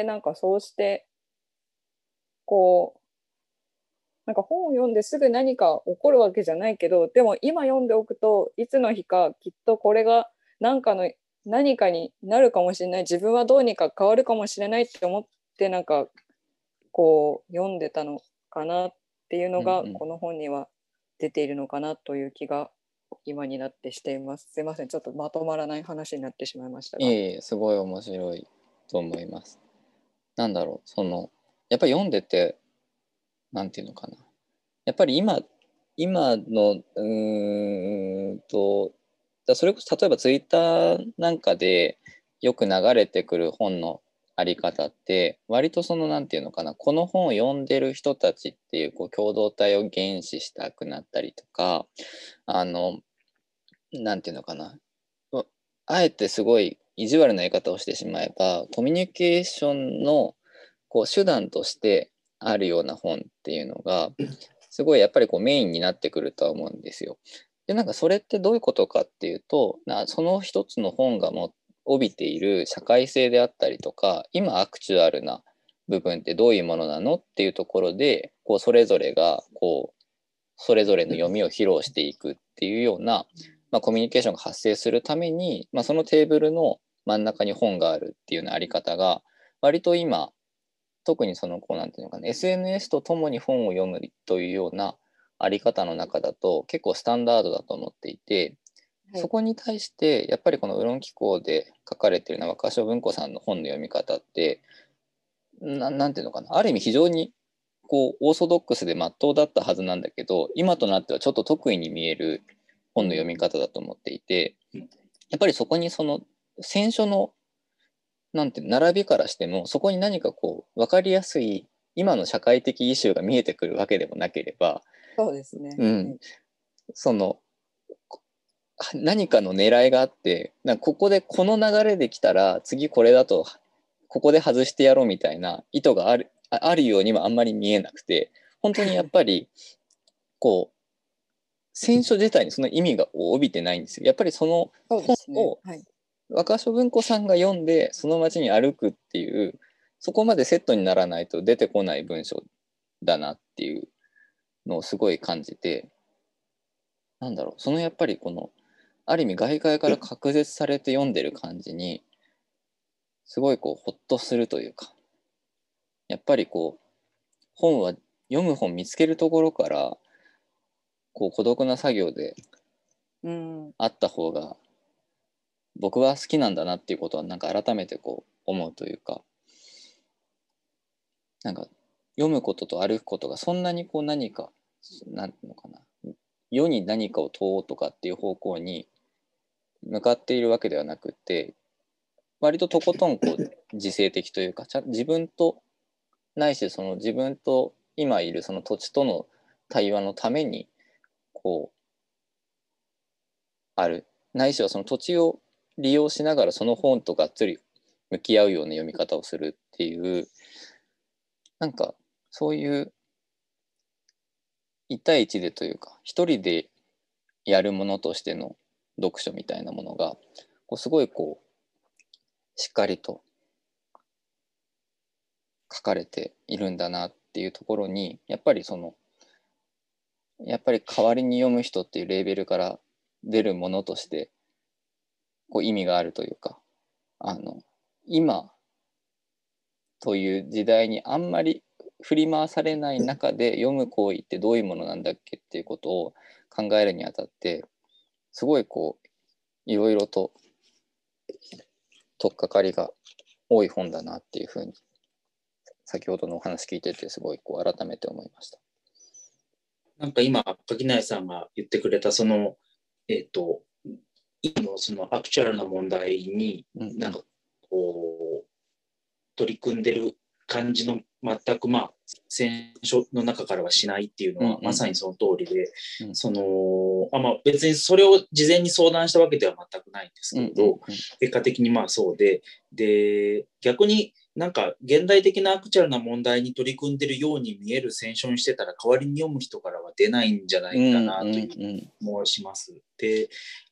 なんかそうしてこうなんか本を読んですぐ何か起こるわけじゃないけど、でも今読んでおくといつの日かきっとこれが何かになるかもしれない、自分はどうにか変わるかもしれないって思ってなんかこう読んでたのかなっていうのがこの本には出ているのかなという気が今になってしています。すいません、ちょっとまとまらない話になってしまいましたが。 すごい面白いと思います。なんだろう、やっぱり読んでてなんていうのかな、やっぱり今のそれこそ例えばツイッターなんかでよく流れてくる本のあり方って割となんていうのかな、この本を読んでる人たちっていう共同体を原始したくなったりとか、なんていうのかな、あえてすごい意地悪な言い方をしてしまえばコミュニケーションの手段としてあるような本っていうのがすごいやっぱりメインになってくるとは思うんですよ。でなんかそれってどういうことかっていうと、その一つの本が帯びている社会性であったりとか今アクチュアルな部分ってどういうものなのっていうところでそれぞれがそれぞれの読みを披露していくっていうような、コミュニケーションが発生するために、そのテーブルの真ん中に本があるっていうようなあり方が割と今特になんていうのかな、 SNS とともに本を読むというようなあり方の中だと結構スタンダードだと思っていて、そこに対してやっぱりこの「ウロン機構」で書かれているような若所文庫さんの本の読み方ってなんていうのかな、ある意味非常にオーソドックスで真っ当だったはずなんだけど今となってはちょっと得意に見える本の読み方だと思っていて、やっぱりそこに選書のなんて並びからしてもそこに何か分かりやすい今の社会的イシューが見えてくるわけでもなければ、 そうですね、 何かの狙いがあってここでこの流れできたら次これだとここで外してやろうみたいな意図があるようにはあんまり見えなくて、本当にやっぱり選書自体にその意味が帯びてないんですよ。やっぱりその本を若所文庫さんが読んでその街に歩くっていうそこまでセットにならないと出てこない文章だなっていうのをすごい感じて、なんだろう、やっぱりある意味外界から隔絶されて読んでる感じにすごいほっとするというか、やっぱり本は読む本見つけるところから孤独な作業であった方が僕は好きなんだなっていうことはなんか改めて思うというか、なんか読むことと歩くことがそんなに何かなんていうのかな、世に何かを問おうとかっていう方向に向かっているわけではなくて、割ととことん自制的というか自分とないし自分と今いるその土地との対話のためにある、ないしはその土地を利用しながらその本とがっつり向き合うような読み方をするっていう、なんかそういう一対一でというか一人でやるものとしての読書みたいなものがすごいしっかりと書かれているんだなっていうところにやっぱり代わりに読む人っていうレーベルから出るものとしてこう意味があるというか、今という時代にあんまり振り回されない中で読む行為ってどういうものなんだっけっていうことを考えるにあたってすごいこういろいろと取っかかりが多い本だなっていうふうに先ほどのお話聞いててすごいこう改めて思いました。 なんか今垣内さんが言ってくれたその今のそのアクチュアルな問題になんかこう取り組んでる感じの全く選書の中からはしないっていうのはまさにその通りで、別にそれを事前に相談したわけでは全くないんですけど、結果的にそうで逆になんか現代的なアクチュアルな問題に取り組んでるように見える選書にしてたら代わりに読む人からは出ないんじゃないかなという気もします。で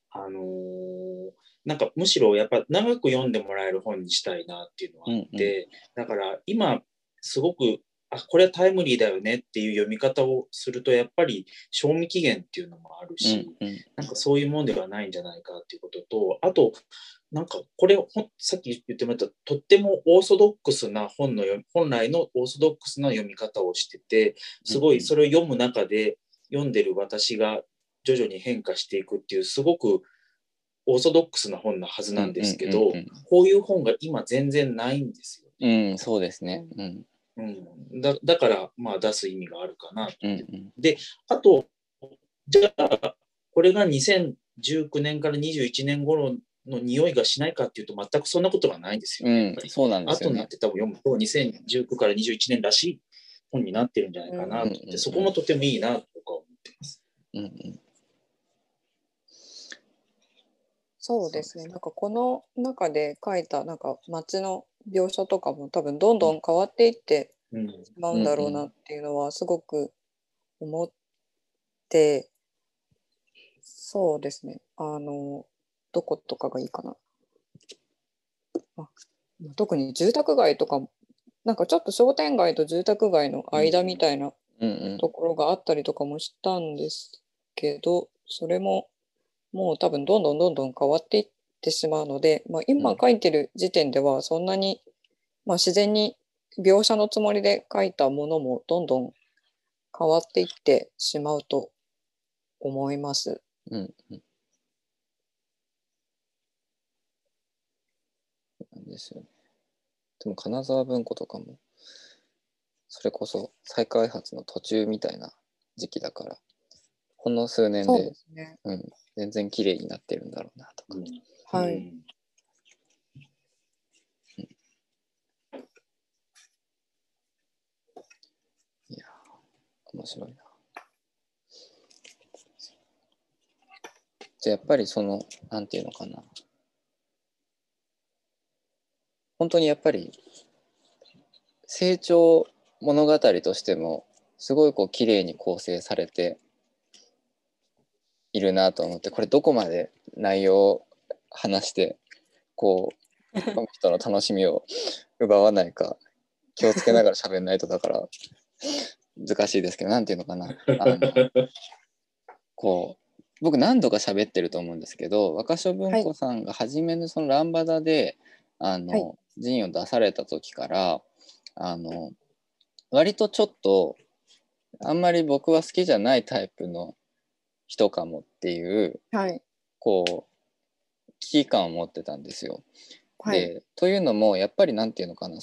なんかむしろやっぱ長く読んでもらえる本にしたいなっていうのはあって、だから今すごくこれはタイムリーだよねっていう読み方をするとやっぱり賞味期限っていうのもあるし、なんかそういうもんではないんじゃないかっていうことと、あとなんかこれさっき言ってもらったとってもオーソドックスな本来のオーソドックスな読み方をしてて、すごいそれを読む中で読んでる私が徐々に変化していくっていうすごくオーソドックスな本なはずなんですけど、こういう本が今全然ないんですよ。 そうですね。 だから出す意味があるかなと。で、あとじゃあこれが2019年から21年頃の匂いがしないかっていうと全くそんなことがないんですよ。やっぱりそうなんですよね。 後になって多分読むと2019から21年らしい本になってるんじゃないかなと思って、そこもとてもいいなと僕は思ってます。 そうですね。なんかこの中で書いたなんか街の描写とかも多分どんどん変わっていってしまうんだろうなっていうのはすごく思って、そうですね。どことかがいいかな。特に住宅街とかもなんかちょっと商店街と住宅街の間みたいなところがあったりとかもしたんですけど、それももう多分どんどん変わっていってしまうので、今書いてる時点ではそんなに、自然に描写のつもりで書いたものもどんどん変わっていってしまうと思います。 なんですよね。でも金沢文庫とかもそれこそ再開発の途中みたいな時期だからほんの数年で、全然綺麗になってるんだろうなとか。 はい。 いや面白いな。じゃあやっぱりなんていうのかな、本当にやっぱり成長物語としてもすごいこう綺麗に構成されているなと思って、これどこまで内容を話してこうこの人の楽しみを奪わないか気をつけながら喋んないとだから難しいですけど、なんていうのかな、こう僕何度か喋ってると思うんですけど、若書文庫さんが初めのそのランバダで陣を出された時から割とちょっとあんまり僕は好きじゃないタイプの人かもっていう、こう危機感を持ってたんですよ。でというのもやっぱりなんていうのかな、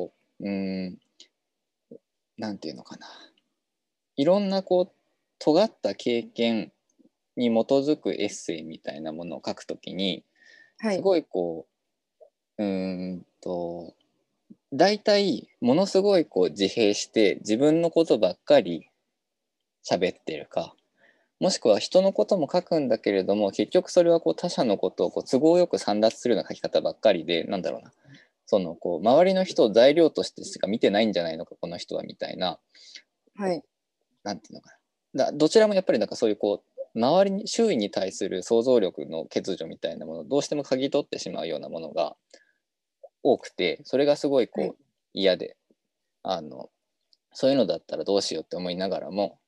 なんていうのかな、いろんなこう尖った経験に基づくエッセイみたいなものを書くときに、すごいこう大体ものすごいこう自閉して自分のことばっかり喋ってるか、もしくは人のことも書くんだけれども結局それはこう他者のことをこう都合よく散奪するような書き方ばっかりで、なんだろうな、こう周りの人を材料としてしか見てないんじゃないのかこの人はみたいな、なんていうのかな、どちらもやっぱりなんかそういうこう周りに周囲に対する想像力の欠如みたいなものをどうしても嗅ぎ取ってしまうようなものが多くて、それがすごいこう、 はい、 嫌でそういうのだったらどうしようって思いながらも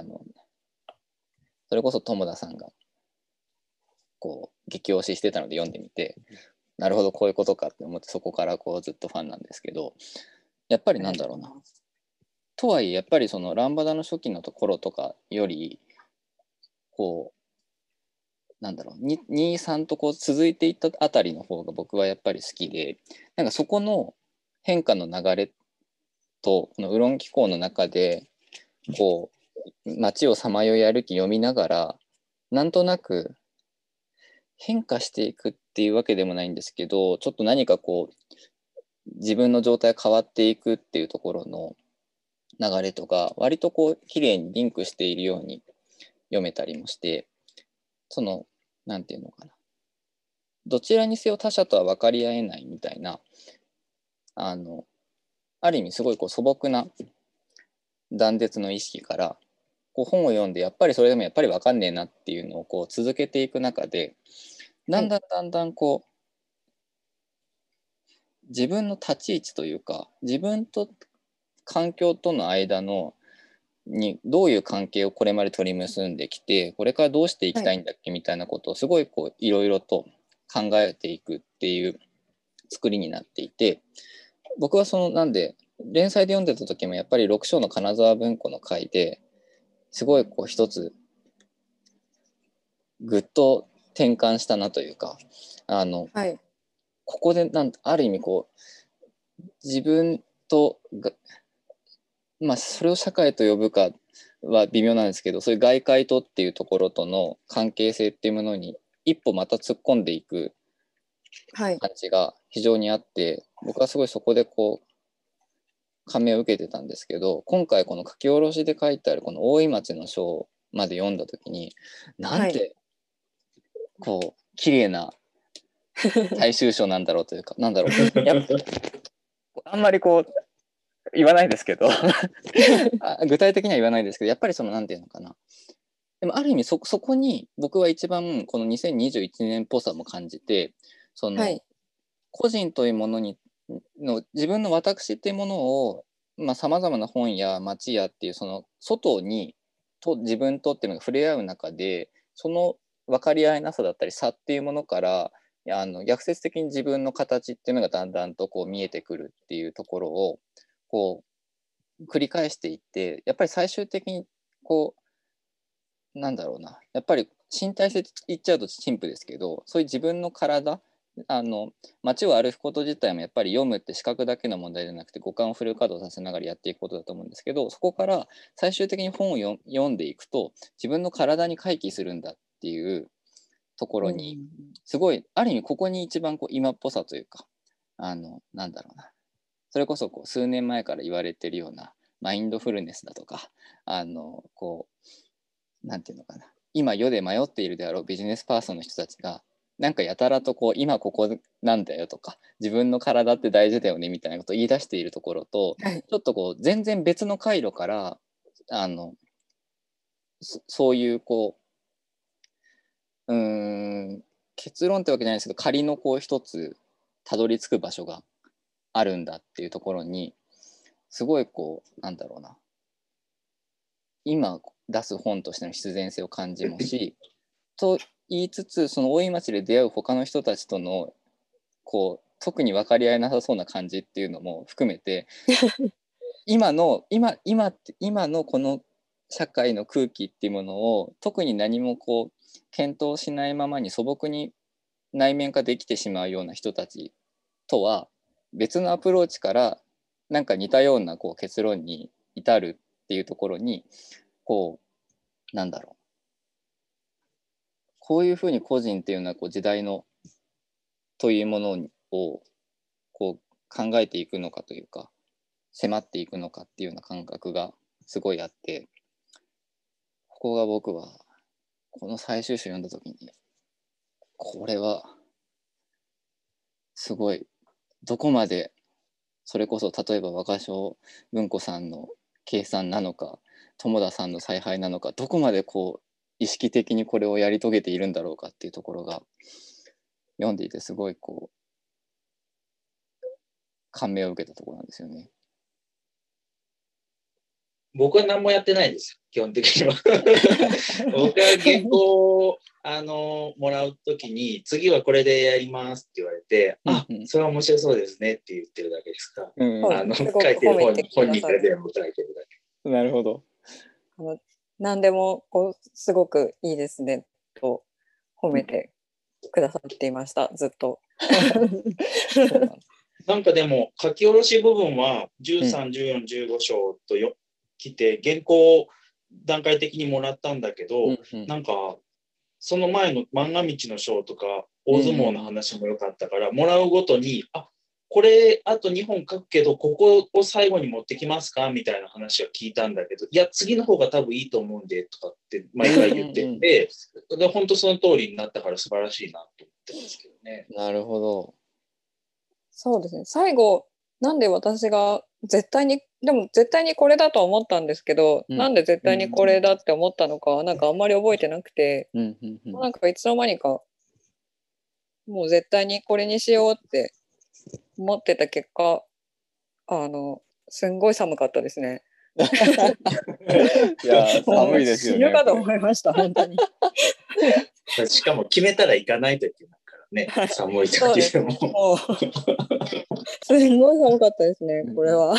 それこそ友田さんがこう激推ししてたので読んでみて、なるほどこういうことかって思って、そこからこうずっとファンなんですけど、やっぱりなんだろうな、とはいえやっぱりそのランバダの初期のところとかよりこうなんだろう2、3とこう続いていったあたりの方が僕はやっぱり好きで、なんかそこの変化の流れとこのウロン機構の中でこう街をさまよい歩き読みながら、なんとなく変化していくっていうわけでもないんですけど、ちょっと何かこう自分の状態が変わっていくっていうところの流れとか割とこう綺麗にリンクしているように読めたりもして、そのなんていうのかな、どちらにせよ他者とは分かり合えないみたいなある意味すごいこう素朴な断絶の意識からこう本を読んでやっぱりそれでもやっぱり分かんねえなっていうのをこう続けていく中で、だんだんこう自分の立ち位置というか自分と環境との間のにどういう関係をこれまで取り結んできて、これからどうしていきたいんだっけみたいなことをすごいこういろいろと考えていくっていう作りになっていて、僕はそのなんで連載で読んでた時もやっぱり六章の金沢文庫の回ですごいこう一つぐっと転換したなというか、 はい、 ここである意味こう自分とがまあそれを社会と呼ぶかは微妙なんですけど、そういう外界とっていうところとの関係性っていうものに一歩また突っ込んでいく感じが非常にあって、僕はすごいそこでこう感銘を受けてたんですけど、今回この書き下ろしで書いてあるこの大井町の章まで読んだ時に、なんてこう綺麗な最終章なんだろうというか、なんだろう、やっぱあんまりこう言わないですけど具体的には言わないですけど、やっぱりそのなんていうのかな、でもある意味そこに僕は一番この2021年っぽさも感じて、その個人というものにの自分の私っていうものをさまざ、まな本や街やっていうその外にと自分とっていうのが触れ合う中で、その分かり合いなさだったり差っていうものから逆説的に自分の形っていうのがだんだんとこう見えてくるっていうところをこう繰り返していって、やっぱり最終的にこうなんだろうな、やっぱり身体性言っちゃうと陳腐ですけど、そういう自分の体街を歩くこと自体もやっぱり読むって視覚だけの問題じゃなくて五感をフル稼働させながらやっていくことだと思うんですけど、そこから最終的に本を読んでいくと自分の体に回帰するんだっていうところに、すごいある意味ここに一番こう今っぽさというかなんだろうな、それこそこう数年前から言われてるようなマインドフルネスだとかこうなんていうのかな、今世で迷っているであろうビジネスパーソンの人たちがなんかやたらとこう今ここなんだよとか自分の体って大事だよねみたいなことを言い出しているところと、ちょっとこう全然別の回路からそういうこう結論ってわけじゃないですけど、仮のこう一つたどり着く場所があるんだっていうところにすごいこうなんだろうな、今出す本としての必然性を感じもしと言いつつ、その大井町で出会う他の人たちとのこう特に分かり合いなさそうな感じっていうのも含めて今のこの社会の空気っていうものを特に何もこう検討しないままに素朴に内面化できてしまうような人たちとは別のアプローチからなんか似たようなこう結論に至るっていうところにこうなんだろう、こういうふうに個人っていうのはこう時代のというものをこう考えていくのかというか迫っていくのかっていうような感覚がすごいあって、ここが僕はこの最終章読んだ時にこれはすごいどこまでそれこそ例えば若松文庫さんの計算なのか友田さんの采配なのか、どこまでこう意識的にこれをやり遂げているんだろうかっていうところが読んでいてすごいこ感銘を受けたところなんですよね。 僕は何もやってないです、基本的には。僕は原稿をもらうときに、次はこれでやりますって言われて、あ、それは面白そうですねって言ってるだけですか。書いてる本人から全部書いてるだけ。 なるほど。 何でもすごくいいですねと褒めてくださっていました、ずっと。 なんかでも書き下ろし部分は13、14、15章と来て原稿を段階的にもらったんだけど、なんかその前の漫画道の章とか大相撲の話も良かったから、もらうごとにこれあと2本書くけどここを最後に持ってきますかみたいな話は聞いたんだけど、いや次の方が多分いいと思うんでとかって毎回言ってて、で本当その通りになったから素晴らしいなと思ってますけどね。 なるほど。 そうですね。最後なんで私が絶対にこれだと思ったんですけど、なんで絶対にこれだって思ったのかはなんかあんまり覚えてなくて、なんかいつの間にかもう絶対にこれにしようって思ってた結果、すんごい寒かったですね。 いや寒いですよね。 死ぬかと思いました本当に。 しかも決めたら行かないといけないからね。寒い時でも。 すんごい寒かったですねこれは。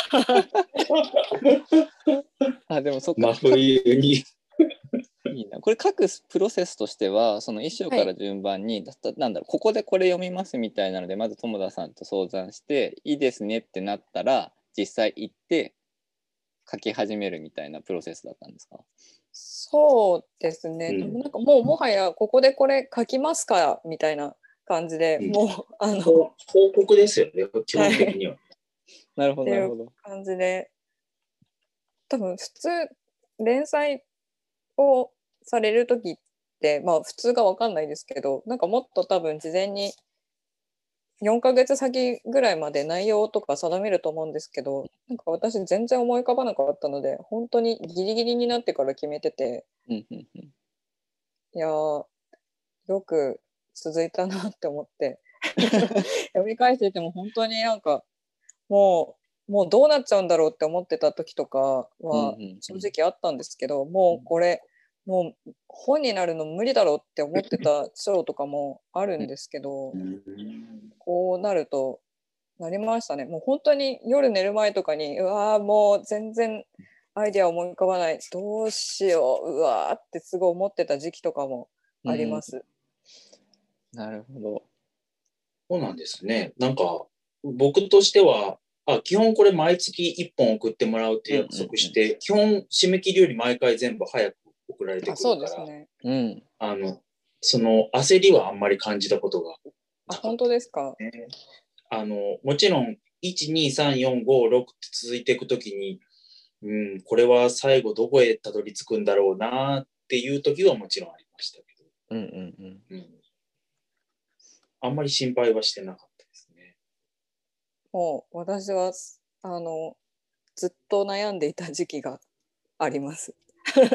でもそっか。 真冬に。 いいな。これ書くプロセスとしてはその一章から順番に、なんだろう、ここでこれ読みますみたいなのでまず友田さんと相談していいですねってなったら実際行って書き始めるみたいなプロセスだったんですか？ そうですね、なんかもはやここでこれ書きますかみたいな感じで、もう報告ですよね基本的には。 なるほどなるほど。 っていう感じで、多分普通連載をされる時って普通が分かんないですけど、なんかもっと多分事前に4ヶ月先ぐらいまで内容とか定めると思うんですけど、なんか私全然思い浮かばなかったので本当にギリギリになってから決めてて、いやよく続いたなって思って読み返してても本当になんかもうどうなっちゃうんだろうって思ってた時とかは正直あったんですけど、もうこれもう本になるの無理だろうって思ってた章とかもあるんですけど、こうなるとなりましたね。もう本当に夜寝る前とかにもう全然アイデア思い浮かばない、どうしようってすごい思ってた時期とかもあります。 なるほど。 そうなんですね。なんか僕としては基本これ毎月1本送ってもらうって約束して、基本締め切りより毎回全部早く送られてくるから、 そうですね。 その焦りはあんまり感じたことがなかった。 本当ですか？ もちろん1、2、3、4、5、6って続いていくときに、これは最後どこへたどり着くんだろうなっていう時はもちろんありましたけど、あんまり心配はしてなかったですね。 もう私はずっと悩んでいた時期があります。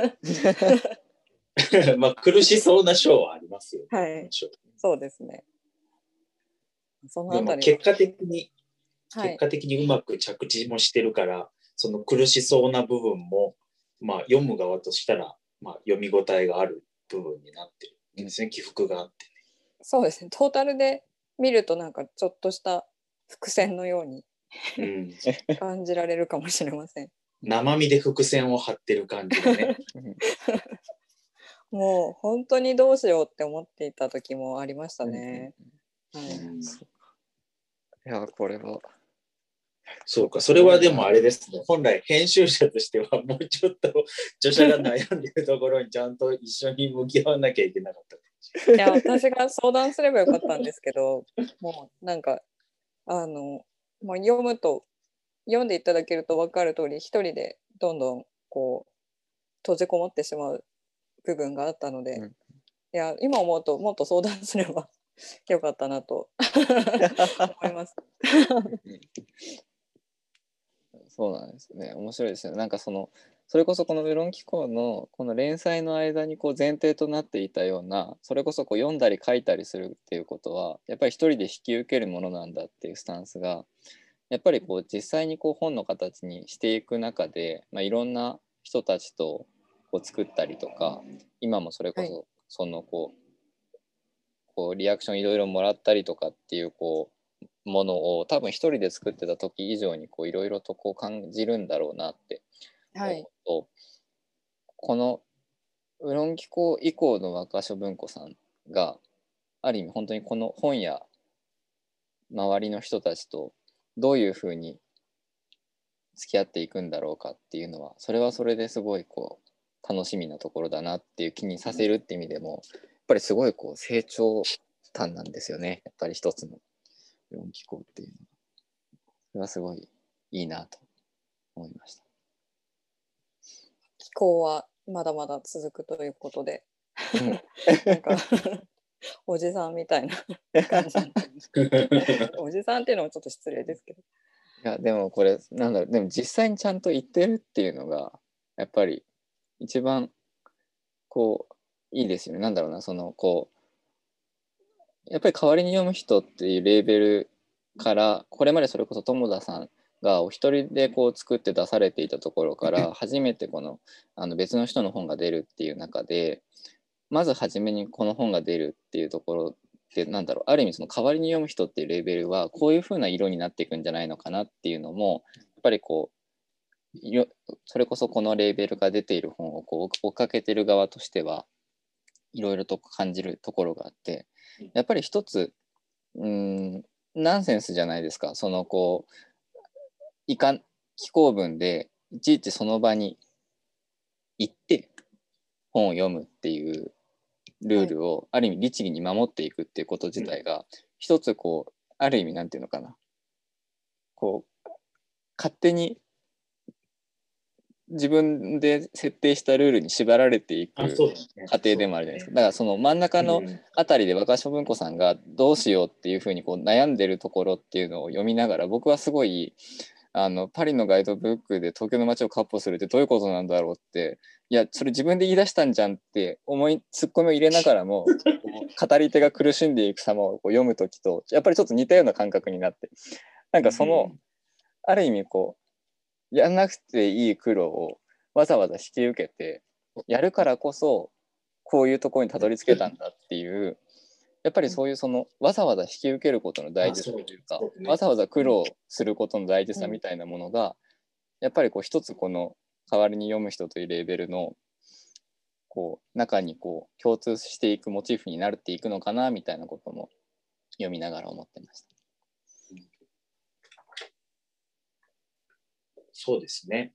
苦しそうな章はありますよね。 はい、そうですね。そのあたりでも結果的にうまく着地もしてるから、その苦しそうな部分も、読む側としたら、読み応えがある部分になってるんですね、起伏があってね。 そうですね、トータルで見るとなんかちょっとした伏線のように感じられるかもしれません。 生身で伏線を張ってる感じでね。 もう本当にどうしようって思っていた時もありましたね。 いやこれはそうか、それはでもあれですね。本来編集者としてはもうちょっと著者が悩んでるところにちゃんと一緒に向き合わなきゃいけなかった。 いや私が相談すればよかったんですけど、もうなんか読んでいただけると分かる通り一人でどんどんこう閉じこもってしまう部分があったので、いや今思うともっと相談すればよかったなと思います。 そうなんですね。面白いですよね。なんかそれこそこのメロン機構のこの連載の間にこう前提となっていたような、それこそこう読んだり書いたりするっていうことはやっぱり一人で引き受けるものなんだっていうスタンスがやっぱりこう実際にこう本の形にしていく中で、いろんな人たちとこう作ったりとか、今もそれこそそのこうリアクションいろいろもらったりとかっていうこうものを多分一人で作ってた時以上にこういろいろとこう感じるんだろうなって思うと、このウロン機構以降の若所文庫さんがある意味本当にこの本や周りの人たちとどういうふうに付き合っていくんだろうかっていうのは、それはそれですごいこう楽しみなところだなっていう気にさせるって意味でも、やっぱりすごいこう成長端なんですよね、やっぱり一つの4機構っていうのは。それはすごいいいなと思いました。 機構はまだまだ続くということで、なんかおじさんみたいな感じおじさんっていうのもちょっと失礼ですけど。 いやでもこれなんだろう、でも実際にちゃんと言ってるっていうのがやっぱり一番こういいですよね。なんだろうな、そのこうやっぱり代わりに読む人っていうレーベルからこれまでそれこそ友田さんがお一人でこう作って出されていたところから初めてこの別の人の本が出るっていう中で、まず初めにこの本が出るっていうところで、なんだろう、ある意味その代わりに読む人っていうレベルはこういう風な色になっていくんじゃないのかなっていうのもやっぱりこうそれこそこのレーベルが出ている本をこう追っかけてる側としてはいろいろと感じるところがあって、やっぱり一つナンセンスじゃないですか。そのこう気候文でいちいちその場に行って本を読むっていうルールをある意味律儀に守っていくっていうこと自体が一つこうある意味なんていうのかな、こう勝手に自分で設定したルールに縛られていく過程でもあるじゃないですか。だからその真ん中のあたりで若所文庫さんがどうしようっていうふうにこう悩んでるところっていうのを読みながら、僕はすごいパリのガイドブックで東京の街を闊歩するってどういうことなんだろうって、いやそれ自分で言い出したんじゃんってツッコミを入れながらも語り手が苦しんでいく様をこう読む時とやっぱりちょっと似たような感覚になって、なんかそのある意味こうやんなくていい苦労をわざわざ引き受けてやるからこそこういうところにたどり着けたんだっていう、やっぱりそういうそのわざわざ引き受けることの大事さというか、わざわざ苦労することの大事さみたいなものが、やっぱりこう一つこの代わりに読む人というレーベルのこう中にこう共通していくモチーフになっていくのかなみたいなことも読みながら思ってました。 そうですね。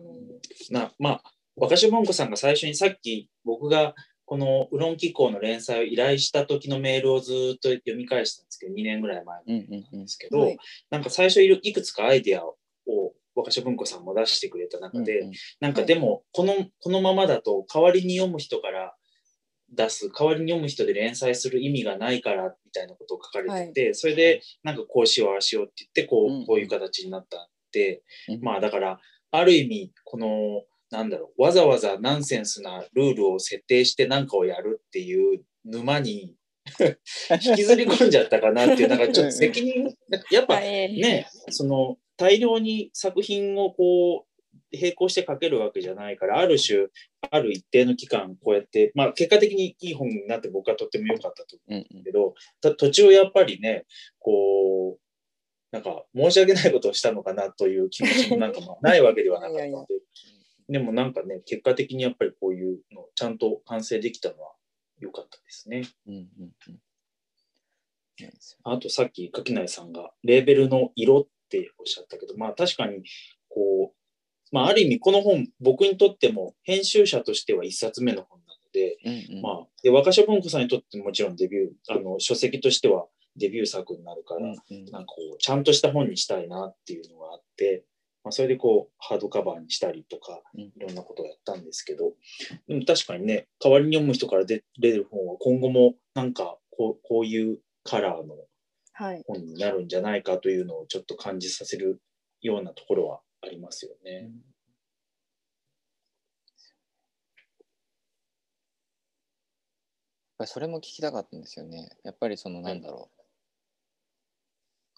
若所文庫さんが最初にさっき僕がこのウロン機構の連載を依頼した時のメールをずっと読み返したんですけど、2年ぐらい前なんですけど、なんか最初いくつかアイデアを若所文庫さんも出してくれた中で、なんかでもこのままだと代わりに読む人から代わりに読む人で連載する意味がないからみたいなことを書かれてて、それでなんかこうしようああしようって言ってこういう形になったって、だからある意味このわざわざナンセンスなルールを設定して何かをやるっていう沼に引きずり込んじゃったかなっていう、なんかちょっと責任やっぱね、その大量に作品をこう並行して書けるわけじゃないから、ある種ある一定の期間こうやって、結果的にいい本になって僕はとっても良かったと思うんだけど、途中やっぱりねこうなんか申し訳ないことをしたのかなという気持ちもなんかないわけではなかったのででもなんかね、結果的にやっぱりこういうのをちゃんと完成できたのは良かったですね。あとさっき垣内さんがレーベルの色っておっしゃったけど、確かにこう、ある意味この本僕にとっても編集者としては一冊目の本なので、で若所文庫さんにとってもちろんデビュー書籍としてはデビュー作になるから、なんかこうちゃんとした本にしたいなっていうのがあって、それでこうハードカバーにしたりとかいろんなことをやったんですけど、でも確かにね、代わりに読む人から出る本は今後もなんかこういうカラーの本になるんじゃないかというのをちょっと感じさせるようなところはありますよね。 それも聞きたかったんですよね。やっぱりそのなんだろう、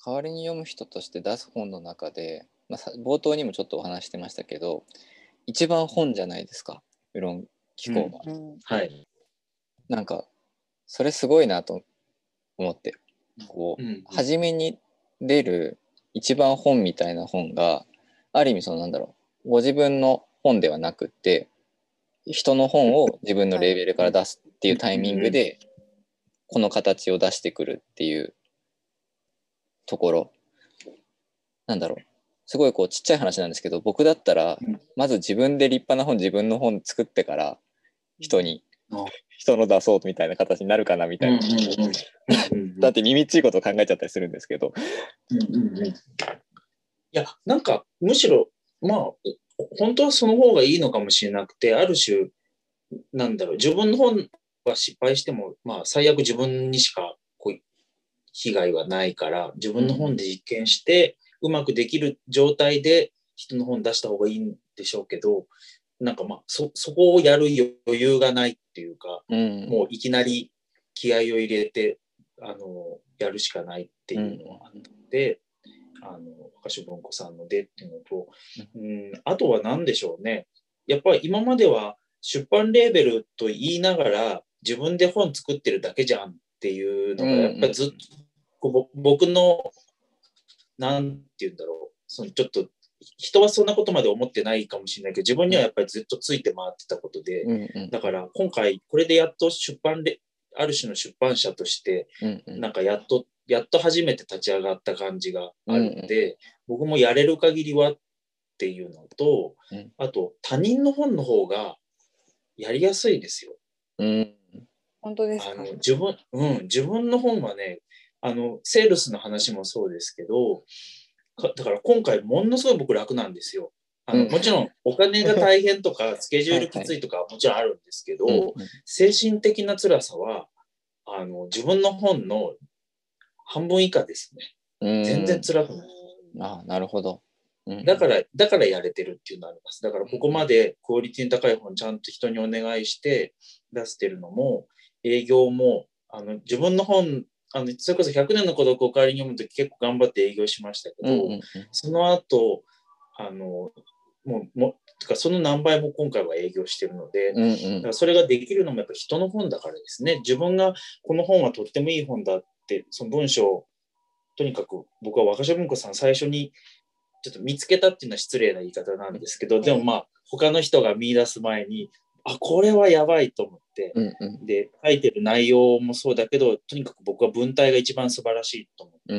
代わりに読む人として出す本の中で、冒頭にもちょっとお話してましたけど、一番本じゃないですか、ウロン機構は、 はい。 なんかそれすごいなと思って、こう、初めに出る一番本みたいな本がある意味なんだろう、ご自分の本ではなくって人の本を自分のレーベルから出すっていうタイミングでこの形を出してくるっていうところ、なんだろう、すごいこうちっちゃい話なんですけど、僕だったらまず自分で立派な本、自分の本作ってから人の出そうみたいな形になるかなみたいな、だって耳っちいことを考えちゃったりするんですけど、 いやなんかむしろまあ本当はその方がいいのかもしれなくて、ある種なんだろう、自分の本は失敗しても最悪自分にしかこう被害はないから、自分の本で実験してうまくできる状態で人の本出した方がいいんでしょうけど、なんかそこをやる余裕がないっていうか、もういきなり気合を入れてやるしかないっていうのがあったので、若所文庫さんのでっていうのと、あとは何でしょうね。やっぱり今までは出版レーベルと言いながら自分で本作ってるだけじゃんっていうのがやっぱりずっと、僕のなんて言うんだろう、ちょっと人はそんなことまで思ってないかもしれないけど、自分にはやっぱりずっとついて回ってたことで、だから今回これでやっとある種の出版社としてなんかやっと初めて立ち上がった感じがあるので、僕もやれる限りはっていうのと、あと他人の本の方がやりやすいですよ。 本当ですか？ 自分の本はね、セールスの話もそうですけど、だから今回ものすごい僕楽なんですよ。もちろんお金が大変とかスケジュールきついとかもちろんあるんですけど、精神的な辛さは自分の本の半分以下ですね。全然辛くない。 なるほど。 だからやれてるっていうのがあります。だからここまでクオリティの高い本ちゃんと人にお願いして出してるのも、営業も自分の本それこそ100年の孤独を代わりに読むとき結構頑張って営業しましたけど、その後その何倍も今回は営業してるので、だからそれができるのもやっぱ人の本だからですね。自分がこの本はとってもいい本だってその文章、とにかく僕は若所文庫さん最初にちょっと見つけたっていうのは失礼な言い方なんですけど、でも他の人が見出す前にこれはやばいと思って、で書いてる内容もそうだけど、とにかく僕は文体が一番素晴らしいと思って、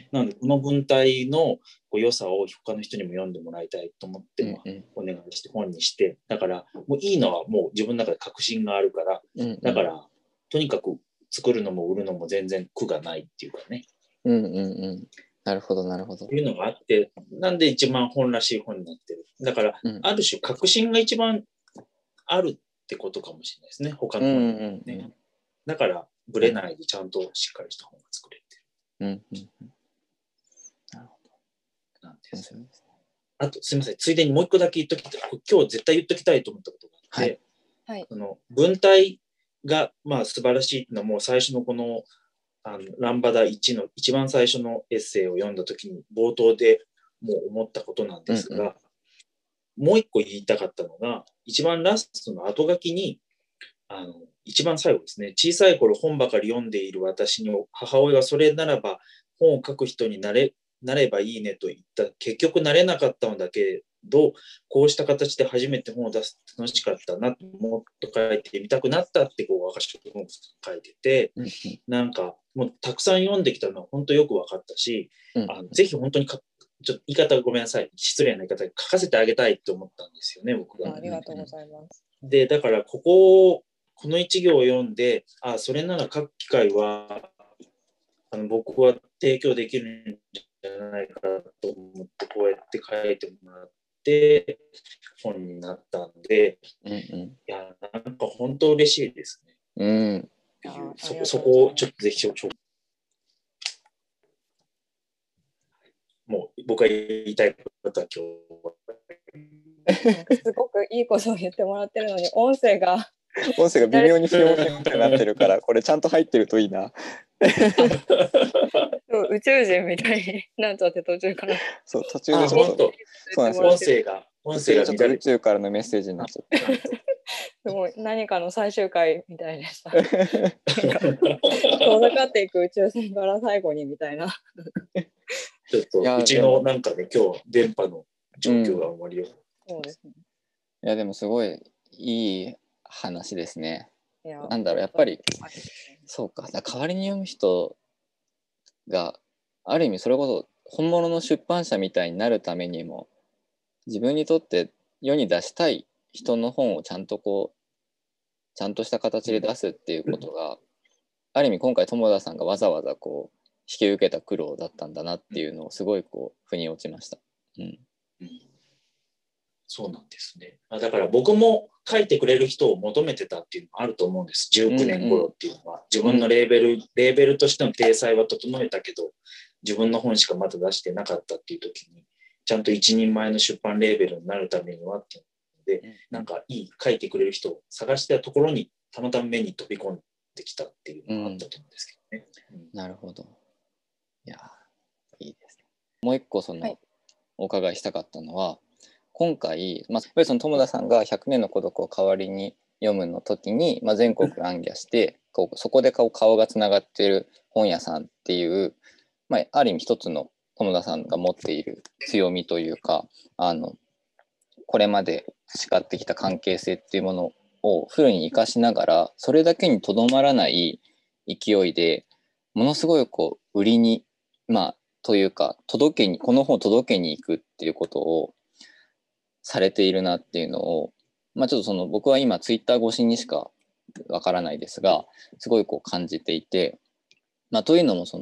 なのでこの文体の良さを他の人にも読んでもらいたいと思って、お願いして本にして、だからもういいのはもう自分の中で確信があるから、だからとにかく作るのも売るのも全然苦がないっていうかね。 なるほどなるほど。 いうのがあって、なんで一番本らしい本になってる。だから、ある種確信が一番あるってことかもしれないですね、他の本にね。だからブレないでちゃんとしっかりした本が作れてる。 なるほど。 なんです。あとすみません、ついでにもう一個だけ言っときたい、今日絶対言っときたいと思ったことがあって、文体が素晴らしいっていうのはもう最初のこのランバダ1の一番最初のエッセイを読んだ時に冒頭でもう思ったことなんですが、もう一個言いたかったのが、一番ラストの後書きに一番最後ですね、小さい頃本ばかり読んでいる私に母親はそれならば本を書く人になればいいねと言った。結局なれなかったのだけど、こうした形で初めて本を出す楽しかったな、もっと書いてみたくなったって若所文庫さん書いてて、なんかもうたくさん読んできたのは本当よく分かったし、ぜひ本当にちょっと言い方ごめんなさい、失礼な言い方で書かせてあげたいと思ったんですよね、僕が。 ありがとうございます。 でだからこの一行を読んで、それなら書く機会は僕は提供できるんじゃないかと思ってこうやって書いてもらって本になったんで、いやなんか本当嬉しいですね。そこをちょっとぜひもう僕が言いたいことは今日すごくいいことを言ってもらってるのに音声が微妙に不要になってるからこれちゃんと入ってるといいな。 宇宙人みたいになっちゃって途中から。 そう途中で本当。 そうなんですよ。音声がちょっと宇宙からのメッセージになっちゃって。 すごい何かの最終回みたいでした。遠ざかっていく宇宙船から最後にみたいな。 ちょっとうちのなんかね今日電波の状況があんまりよ、 そうですね。 いやでもすごいいい話ですね。なんだろうやっぱりそうか代わりに読む人がある意味それこそ本物の出版社みたいになるためにも自分にとって世に出したい人の本をちゃんとちゃんとした形で出すっていうことが、ある意味今回友田さんがわざわざ引き受けた苦労だったんだなっていうのをすごい腑に落ちました。 そうなんですね。だから僕も書いてくれる人を求めてたっていうのもあると思うんです。19年頃っていうのは、自分のレーベルとしての体裁は整えたけど自分の本しかまだ出してなかったっていう時にちゃんと一人前の出版レーベルになるためにはっていうので、なんかいい書いてくれる人を探したところにたまたま目に飛び込んできたっていうのがあったと思うんですけどね。 なるほど。いやいいですね。もう一個お伺いしたかったのは今回、やっぱりその友田さんが100年の孤独を代わりに読むの時に、全国行脚してそこで顔がつながっている本屋さんっていう、ある意味一つの友田さんが持っている強みというかこれまで培ってきた関係性っていうものをフルに生かしながらそれだけにとどまらない勢いでものすごい売りにというかこの本を届けに行くっていうことをされているなっていうのを、ちょっと僕は今ツイッター越しにしかわからないですがすごい感じていて、というのも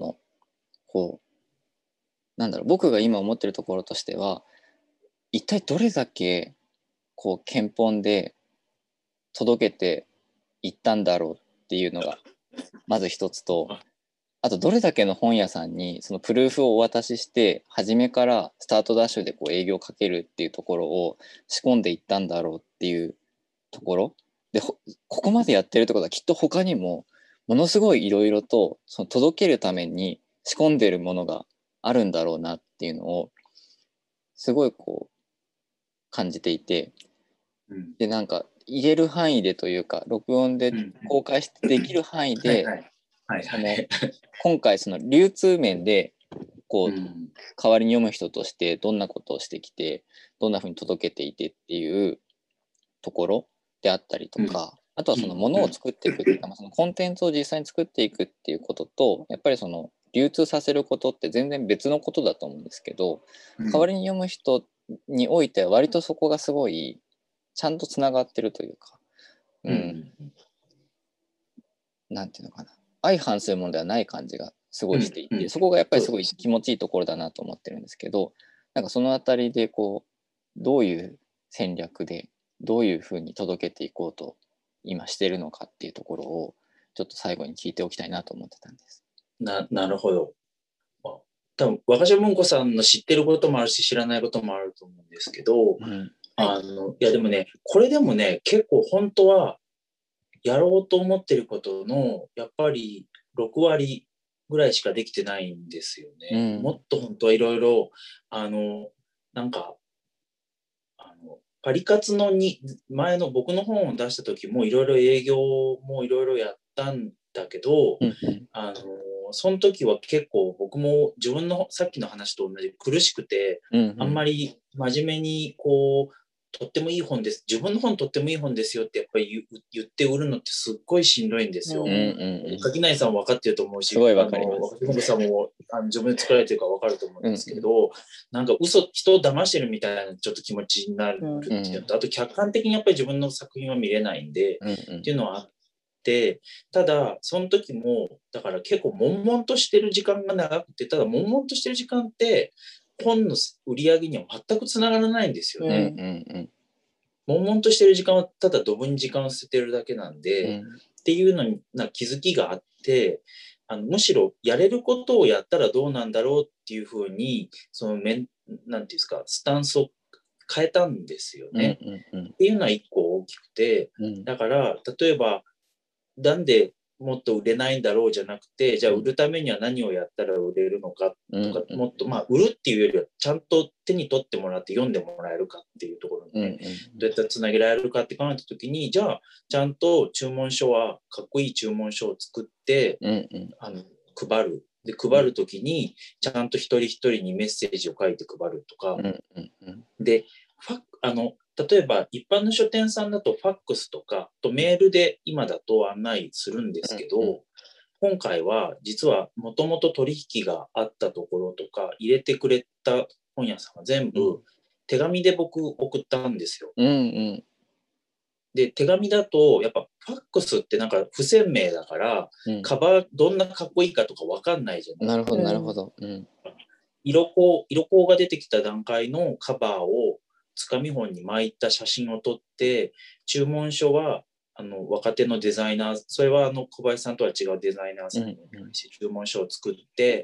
なんだろう僕が今思ってるところとしては一体どれだけ献本で届けていったんだろうっていうのがまず一つと、あとどれだけの本屋さんにそのプルーフをお渡しして初めからスタートダッシュで営業かけるっていうところを仕込んでいったんだろうっていうところでここまでやってるってことはきっと他にもものすごいいろいろとその届けるために仕込んでるものがあるんだろうなっていうのをすごい感じていて、でなんか言える範囲でというか録音で公開してできる範囲で今回その流通面で代わりに読む人としてどんなことをしてきてどんなふうに届けていてっていうところであったりとか、あとはそのものを作っていくっていうか、そのコンテンツを実際に作っていくっていうこととやっぱりその流通させることって全然別のことだと思うんですけど、代わりに読む人においては割とそこがすごいちゃんとつながってるというか、なんていうのかな、相反するものではない感じがすごいしていて、そこがやっぱりすごい気持ちいいところだなと思ってるんですけど、なんかそのあたりでどういう戦略でどういうふうに届けていこうと今してるのかっていうところをちょっと最後に聞いておきたいなと思ってたんです。 なるほど。多分若者文庫さんの知ってることもあるし知らないこともあると思うんですけど、いやでもねこれでもね結構本当はやろうと思ってることのやっぱり6割ぐらいしかできてないんですよね。もっと本当はいろいろなんかパリ活の前の僕の本を出した時もいろいろ営業もいろいろやったんだけど、その時は結構僕も自分のさっきの話と同じ苦しくて、あんまり真面目にとってもいい本です。自分の本とってもいい本ですよってやっぱり言って売るのってすっごいしんどいんですよ。垣内さん分かってると思うし、 若本さんも自分で作られてるから分かると思うんですけど、なんか人を騙してるみたいなちょっと気持ちになるっていうのと、あと客観的にやっぱり自分の作品は見れないんで、っていうのはあって、ただその時もだから結構悶々としてる時間が長くて、ただ悶々としてる時間って本の売り上げには全くつながらないんですよね。悶々としてる時間はただドブに時間を捨ててるだけなんで、っていうのに気づきがあって、むしろやれることをやったらどうなんだろうっていうふうになんていうんですかスタンスを変えたんですよね。っていうのは一個大きくて、だから例えばなんでもっと売れないんだろうじゃなくて、じゃあ売るためには何をやったら売れるのかとか、もっと売るっていうよりはちゃんと手に取ってもらって読んでもらえるかっていうところにね、どうやったらつなげられるかって考えた時に、じゃあちゃんと注文書はかっこいい注文書を作って、配る。で配る時にちゃんと一人一人にメッセージを書いて配るとか、で例えば一般の書店さんだとファックスとかとメールで今だと案内するんですけど、今回は実はもともと取引があったところとか入れてくれた本屋さんが全部手紙で僕送ったんですよ。で手紙だとやっぱファックスってなんか不鮮明だから、カバーどんなかっこいいかとか分かんないじゃないですか。 なるほど。 色香が出てきた段階のカバーをつかみ本に巻いた写真を撮って、注文書は若手のデザイナー、それは小林さんとは違うデザイナーさんに注文書を作って、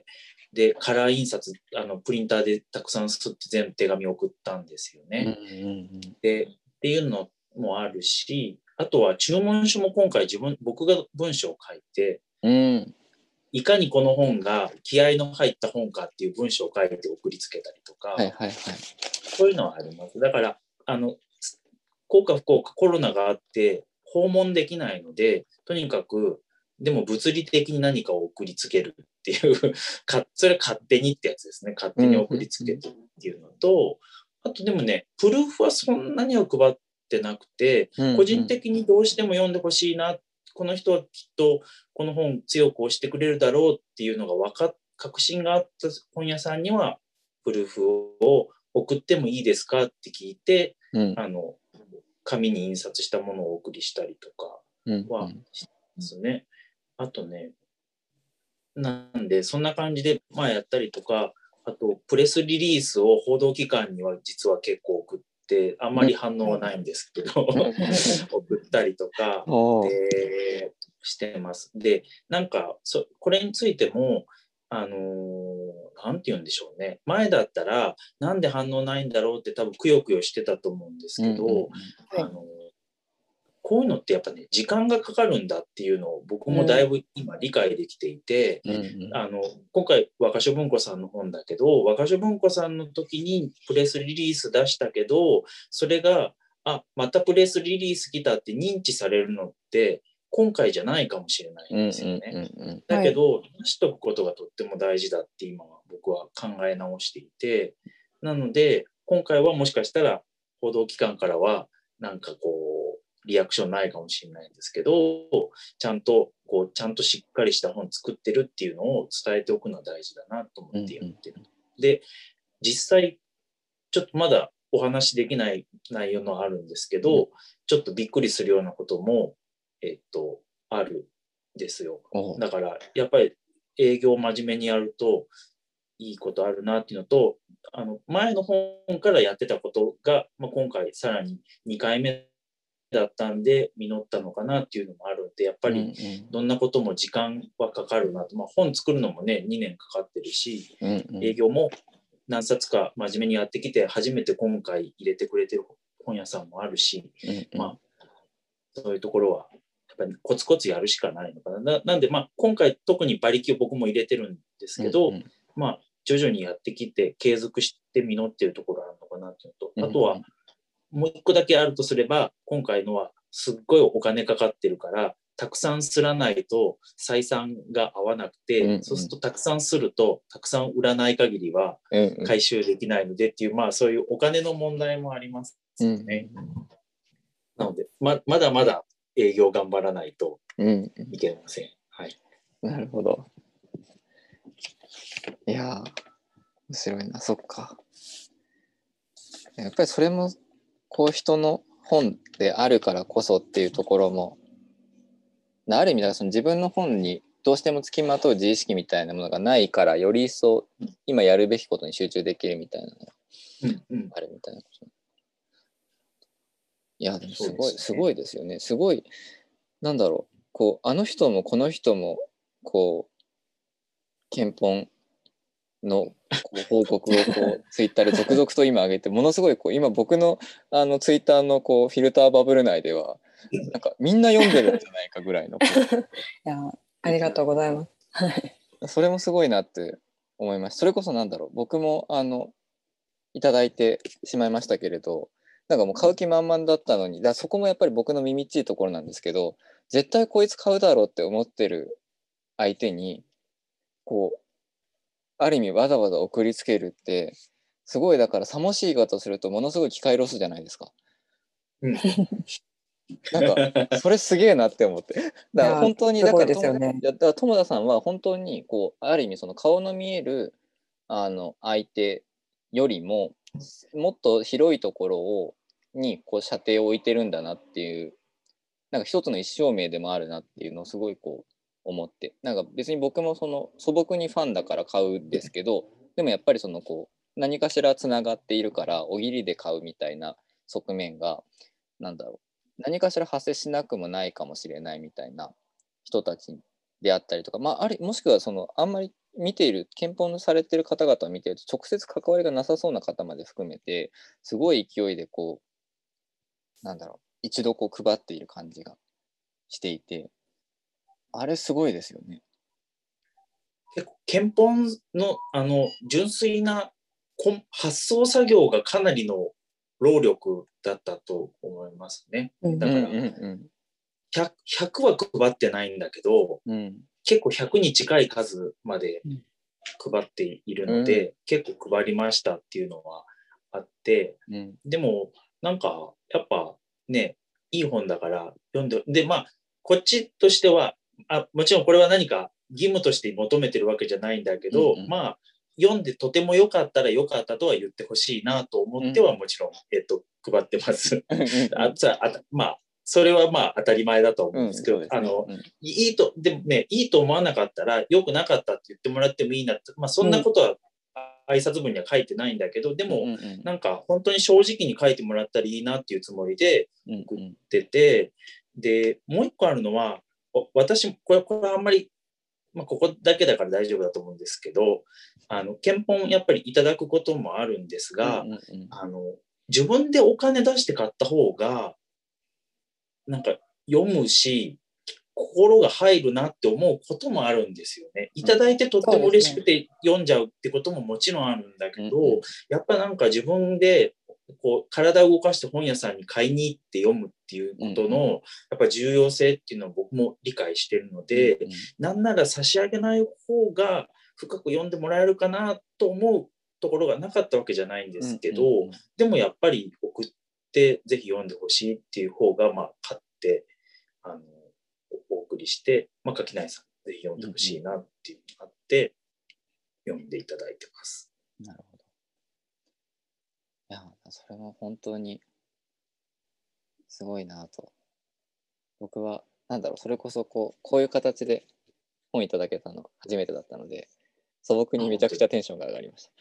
でカラー印刷プリンターでたくさん刷って全部手紙を送ったんですよね。でっていうのもあるし、あとは注文書も今回僕が文章を書いて、いかにこの本が気合の入った本かっていう文章を書いて送りつけたりとか、そういうのはあります。だから幸か不幸かコロナがあって訪問できないので、とにかくでも物理的に何かを送りつけるっていうそれは勝手にってやつですね。勝手に送りつけるっていうのと、あとでもね、プルーフはそんなには配ってなくて、個人的にどうしても読んでほしいな、この人はきっとこの本強く押してくれるだろうっていうのが確信があった本屋さんにはプルーフを送ってもいいですかって聞いて、紙に印刷したものをお送りしたりとかはしてますね。あとね、なんでそんな感じでやったりとか、あとプレスリリースを報道機関には実は結構送ってあんまり反応はないんですけど送ったりとかでしてます。でなんかこれについてもなんて言うんでしょうね、前だったらなんで反応ないんだろうって多分くよくよしてたと思うんですけど、こういうのってやっぱね時間がかかるんだっていうのを僕もだいぶ今理解できていて、今回若書文庫さんの本だけど、若書文庫さんの時にプレスリリース出したけど、それがまたプレスリリース来たって認知されるのって今回じゃないかもしれないんですよね。だけど出しとくことがとっても大事だって今は僕は考え直していて、なので今回はもしかしたら報道機関からはなんかリアクションないかもしれないんですけど、ちゃんとしっかりした本作ってるっていうのを伝えておくのは大事だなと思ってやってる。で、実際ちょっとまだお話できない内容のあるんですけど、ちょっとびっくりするようなこともあるんですよ。だからやっぱり営業を真面目にやるといいことあるなっていうのと、前の本からやってたことが、今回さらに2回目だったんで実ったのかなっていうのもあるんで、やっぱりどんなことも時間はかかるなと、本作るのもね2年かかってるし、営業も何冊か真面目にやってきて初めて今回入れてくれてる本屋さんもあるし、そういうところはやっぱりコツコツやるしかないのかな。なんで今回特に馬力を僕も入れてるんですけど、徐々にやってきて継続して実っているところあるのかなっていうのと、あとはもう一個だけあるとすれば、今回のはすっごいお金かかってるからたくさんすらないと採算が合わなくて、そうするとたくさんするとたくさん売らない限りは回収できないのでっていう、そういうお金の問題もありますね。なので まだまだ営業頑張らないといけません。 なるほど。いや面白いな。そっか。やっぱりそれも人の本であるからこそっていうところもある意味だから、その自分の本にどうしてもつきまとう自意識みたいなものがないから、より一層今やるべきことに集中できるみたいなのがあるみたいなこと。いやでもすごいですよね。すごい、なんだろう、あの人もこの人も憲本の報告をツイッターで続々と今上げて、ものすごい今僕のツイッターのフィルターバブル内ではなんかみんな読んでるんじゃないかぐらいのいやありがとうございますそれもすごいなって思います。それこそなんだろう、僕もいただいてしまいましたけれど、なんかもう買う気満々だったのに、そこもやっぱり僕の耳っちいところなんですけど、絶対こいつ買うだろうって思ってる相手にこうある意味わざわざ送りつけるってすごい、だからさもしい言い方するとものすごい機械ロスじゃないですか。 うん、 なんかそれすげえなって思ってだから本当にだから友田さんは本当にこうある意味その顔の見える相手よりももっと広いところにこう射程を置いてるんだなっていう、なんか一つの意思証明でもあるなっていうのをすごいこう思って、なんか別に僕もその素朴にファンだから買うんですけど、でもやっぱりそのこう何かしらつながっているからおぎりで買うみたいな側面がなんだろう、何かしら発生しなくもないかもしれないみたいな人たちであったりとか、もしくはそのあんまり見ている検討されている方々を見ていると直接関わりがなさそうな方まで含めてすごい勢いでこうなんだろう一度こう配っている感じがしていて、あれすごいですよね。 結構検本の純粋な発送作業がかなりの労力だったと思いますね。だから 100は配ってないんだけど、結構100に近い数まで配っているので、結構配りましたっていうのはあって、でもなんかやっぱね、いい本だから読んで、でこっちとしてはもちろんこれは何か義務として求めてるわけじゃないんだけど、読んでとても良かったら良かったとは言ってほしいなと思ってはもちろん、配ってます。それは当たり前だと思うんですけど、いいと思わなかったら良くなかったって言ってもらってもいいなって、そんなことは挨拶文には書いてないんだけど、でもなんか本当に正直に書いてもらったらいいなっていうつもりで送ってて、で、もう一個あるのは、私、これあんまり、ここだけだから大丈夫だと思うんですけど、検本やっぱりいただくこともあるんですが、自分でお金出して買った方が、なんか読むし、心が入るなって思うこともあるんですよね。いただいてとっても嬉しくて読んじゃうってことももちろんあるんだけど、やっぱなんか自分でこう体を動かして本屋さんに買いに行って読むっていうことのやっぱ重要性っていうのを僕も理解してるので、なんなら差し上げない方が深く読んでもらえるかなと思うところがなかったわけじゃないんですけど、でもやっぱり送ってぜひ読んでほしいっていう方が買ってお送りして、垣内さんぜひ読んでほしいなっていうのがあって、読んでいただいてます。 なるほど。いや、それも本当にすごいなと。僕はそれこそこういう形で本いただけたの初めてだったので、素朴にめちゃくちゃテンションが上がりました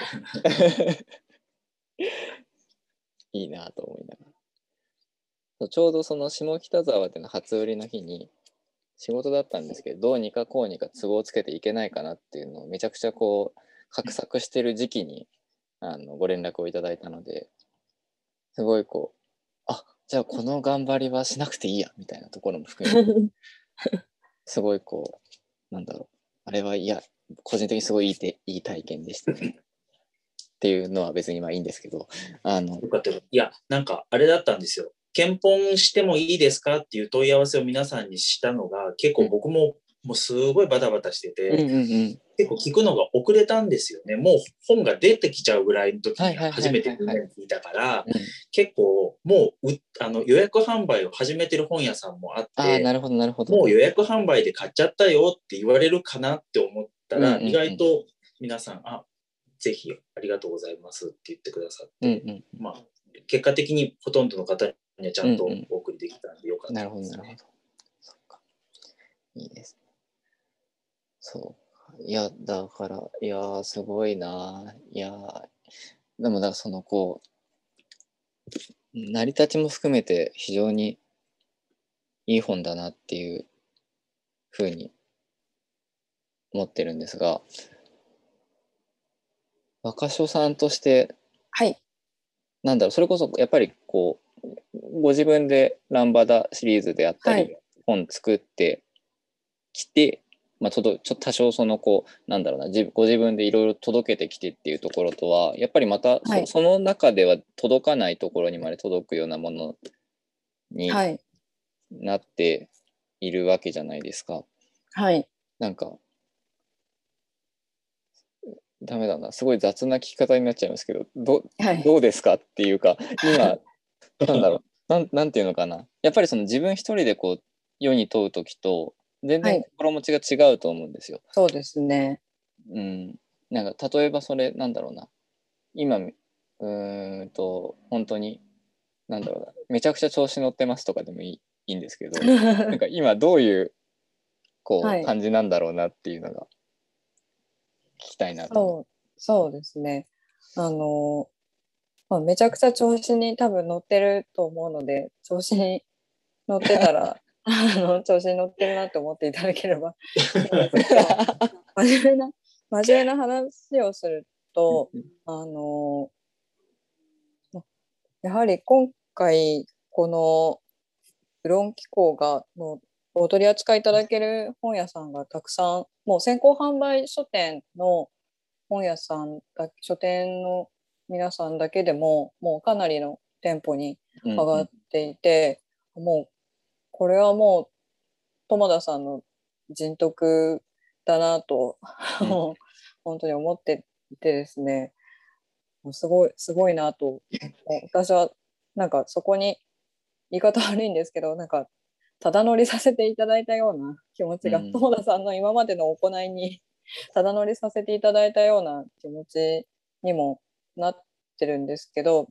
いいなと思いながら、ちょうどその下北沢での初売りの日に仕事だったんですけど、どうにかこうにか都合をつけていけないかなっていうのをめちゃくちゃこう画策してる時期にご連絡をいただいたので、すごいこうじゃあこの頑張りはしなくていいやみたいなところも含めてすごいこうあれはいや個人的にすごいいい体験でしたねっていうのは別にいいんですけど、 よかった。いやなんかあれだったんですよ。検本してもいいですかっていう問い合わせを皆さんにしたのが結構僕も、もうすごいバタバタしてて、結構聞くのが遅れたんですよね。もう本が出てきちゃうぐらいの時に初めてみんなに聞いたから、結構もう予約販売を始めてる本屋さんもあって、もう予約販売で買っちゃったよって言われるかなって思ったら、意外と皆さん、ぜひありがとうございますって言ってくださって、結果的にほとんどの方にはちゃんとお送りできたんでよかったです、ね。 なるほど。そっか。いいですね。そう。いや、だから、いや、すごいな。いや、でもその成り立ちも含めて非常にいい本だなっていうふうに思ってるんですが、若所さんとして、それこそやっぱりご自分でランバダシリーズであったり、本作ってきて、ちょっと多少そのなんだろうな、ご自分でいろいろ届けてきてっていうところとはやっぱりまた その中では届かないところにまで届くようなものになっているわけじゃないですか。 はい。 なんかダメだな、すごい雑な聞き方になっちゃいますけど、どうですかっていうか、今なんだろう、なんていうのかな、やっぱりその自分一人で世に問う時と全然心持ちが違うと思うんですよ。 そうですね。 なんか例えばそれなんだろうな、今本当になんだろうな、めちゃくちゃ調子乗ってますとかでもいいんですけどなんか今どういう感じなんだろうなっていうのが聞きたいなと。 そうですね。めちゃくちゃ調子に多分乗ってると思うので、調子に乗ってたら調子に乗ってるなって思っていただければいいんですけど真面目な話をするとやはり今回このウロン機構のお取り扱いいただける本屋さんがたくさん、もう先行販売書店の本屋さん書店の皆さんだけでももうかなりの店舗に上がっていて、もうこれはもう友田さんの人徳だなと本当に思っていてですね、もうすごいなと私はなんかそこに言い方悪いんですけど、なんかただ乗りさせていただいたような気持ちが、友田さんの今までの行いにただ乗りさせていただいたような気持ちにもなってるんですけど、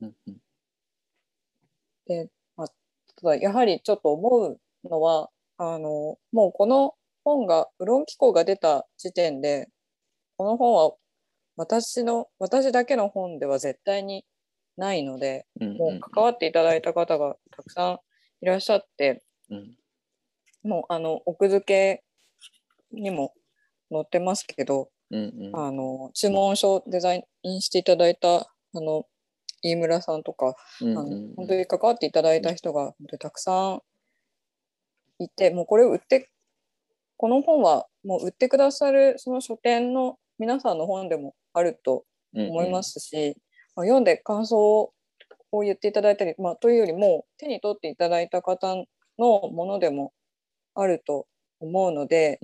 で、ただやはりちょっと思うのはもうこの本がウロン機構が出た時点でこの本は私だけの本では絶対にないので、もう関わっていただいた方がたくさんいらっしゃって、もう奥付けにも載ってますけど、注文書デザインしていただいた飯村さんとか、本当に関わっていただいた人が本当にたくさんいて、もうこの本はもう売ってくださるその書店の皆さんの本でもあると思いますし、読んで感想を言っていただいたり、というよりも手に取っていただいた方のものでもあると思うので、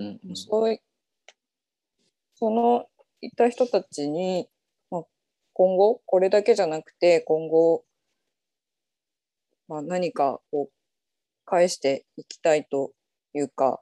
そのいった人たちに、今後これだけじゃなくて今後、何か返していきたいというか、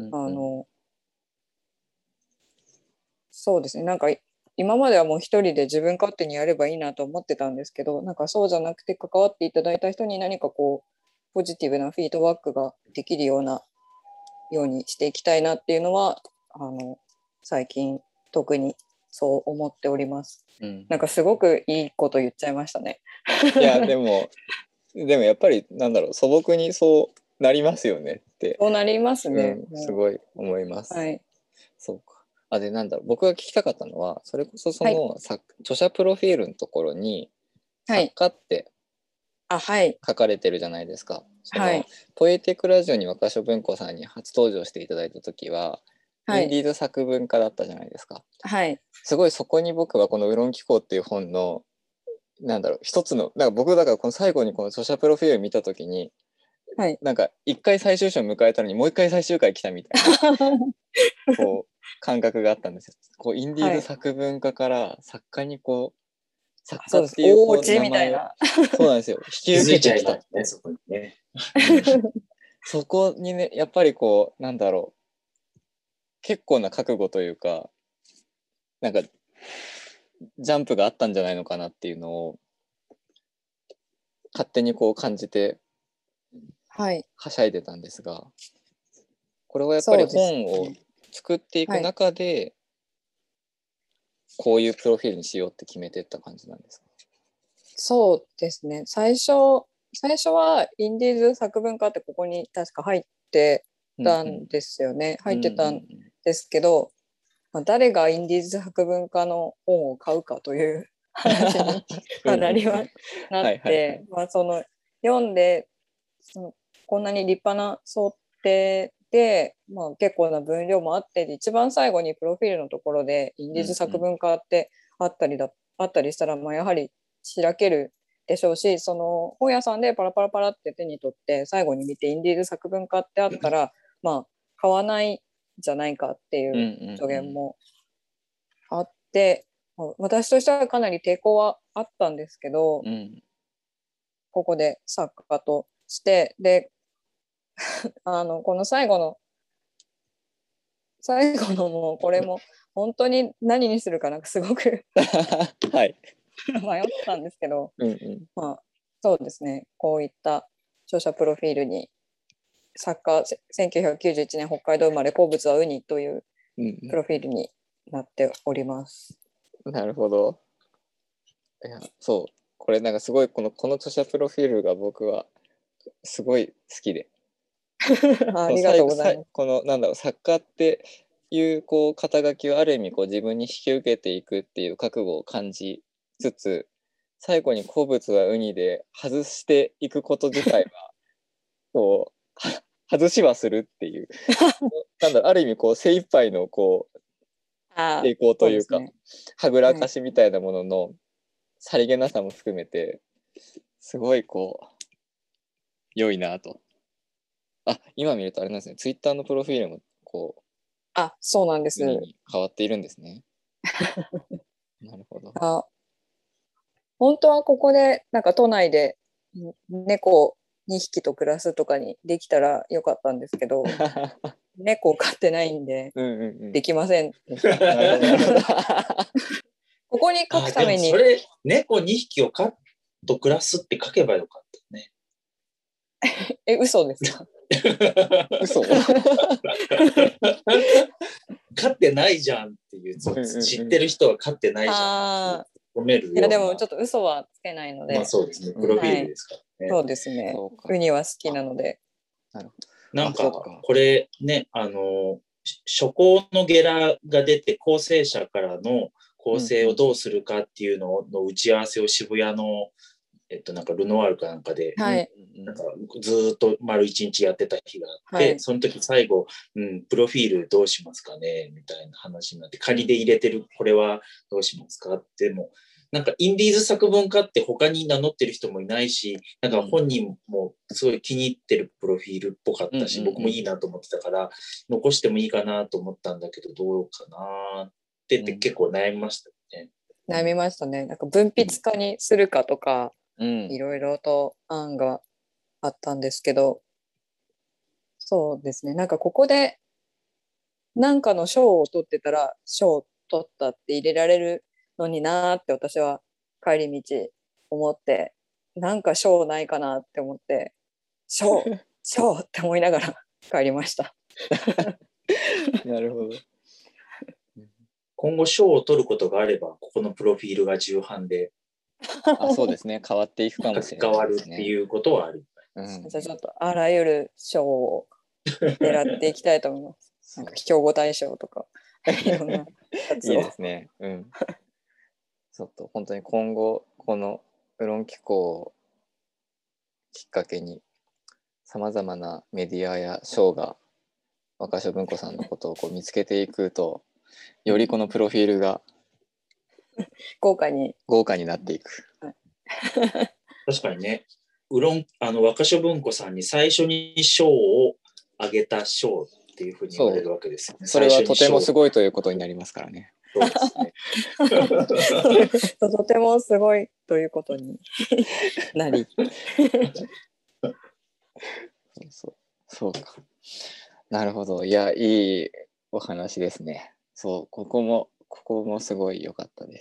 そうですね、なんか今まではもう一人で自分勝手にやればいいなと思ってたんですけど、なんかそうじゃなくて関わっていただいた人に何かポジティブなフィードバックができるようにしていきたいなっていうのは最近特にそう思っております。なんかすごくいいこと言っちゃいましたね。 いやでもやっぱりなんだろう、素朴にそうなりますよねって。 そうなりますね。 すごい思います。 はい。 そうか。でなんだろう、僕が聞きたかったのはそれこそ著者プロフィールのところに作家って書かれてるじゃないですか。ポエティックラジオに若所文庫さんに初登場していただいた時は、インディーズ作文家だったじゃないですか。すごいそこに僕はこの「ウロン機構」っていう本のなんだろう、一つの僕だからこの最後にこの著者プロフィール見た時に、なんか一回最終章を迎えたのにもう一回最終回来たみたいな感覚があったんですよ。インディーズ作文家から作家に作家っていう名前をそうなんですよ、引き受けてきたね、そこにね。そこにね、やっぱりなんだろう、結構な覚悟というか、なんかジャンプがあったんじゃないのかなっていうのを勝手に感じてはしゃいでたんですが、これはやっぱり本を作っていく中でこういうプロフィールにしようって決めてった感じなんですか？ そうですね、最初はインディーズ作文家ってここに確か入ってたんですよね。入ってたんですけど、誰がインディーズ作文家の本を買うかという話になって、その読んでこんなに立派な想定で、結構な分量もあって一番最後にプロフィールのところでインディーズ作文家ってあったりしたら、やはりしらけるでしょうし、その本屋さんでパラパラパラって手に取って最後に見てインディーズ作文家ってあったら買わないんじゃないかっていう助言もあって、私としてはかなり抵抗はあったんですけど、ここで作家としてでこの最後のもうこれも本当に何にするかなんかすごくはい、 迷ったんですけど、そうですね、こういった著者プロフィールに作家1991年北海道生まれ、好物はウニというプロフィールになっております。 なるほど。いや、そうこれなんかすごいこの著者プロフィールが僕はすごい好きでありがとうございます。 この作家っていう肩書きをある意味自分に引き受けていくっていう覚悟を感じつつ、最後に好物はウニで外していくこと自体は外しはするっていうある意味精一杯の抵抗というか、はぐらかしみたいなもののさりげなさも含めてすごい良いなと。今見るとあれなんですね、ツイッターのプロフィールもそうなんです。 変わっているんですね。なるほど。 本当はここで都内で猫2匹と暮らすとかにできたらよかったんですけど猫を飼ってないんでできませんでした。ここに書くためにそれ猫2匹を飼と暮らすって書けばよかったね。 嘘ですか？ 嘘飼ってないじゃんっていう、知ってる人は飼ってないじゃんって褒めるような。 いやでもちょっと嘘はつけないので。 そうですね、プロフィールですからね。 そうですね。ウニは好きなので。 なんかこれね、初稿のゲラが出て構成者からの構成をどうするかっていうのの打ち合わせを渋谷のなんかルノワールかなんかで、なんかずっと丸一日やってた日があって、その時最後、プロフィールどうしますかねみたいな話になって、仮で入れてるこれはどうしますかってもなんかインディーズ作文家って他に名乗ってる人もいないし、なんか本人もすごい気に入ってるプロフィールっぽかったし、僕もいいなと思ってたから残してもいいかなと思ったんだけどどうかなって結構悩みましたね。 悩みましたね。なんか文筆家にするかとか、いろいろと案があったんですけど、そうですね、なんかここで何かの賞を取ってたら賞を取ったって入れられるのになって私は帰り道思って、なんか賞ないかなって思って賞って思いながら帰りましたなるほど。 今後賞を取ることがあればここのプロフィールが重版でそうですね、変わっていくかもしれない、 変わるっていうことはある。 じゃあちょっとあらゆる賞を狙っていきたいと思います。なんか兵庫大賞とかいろんなやつを。 いいですね。ちょっと本当に今後このウロン機構をきっかけにさまざまなメディアや賞が若所文庫さんのことを見つけていくと、よりこのプロフィールが豪華になっていく。 確かにね、若所文庫さんに最初に賞をあげた賞っていうふうに言われるわけですよね。 それはとてもすごいということになりますからね。 そうですねとてもすごいということになりそうか。なるほど。いや、いいお話ですね。そう、ここもすごい良かったです。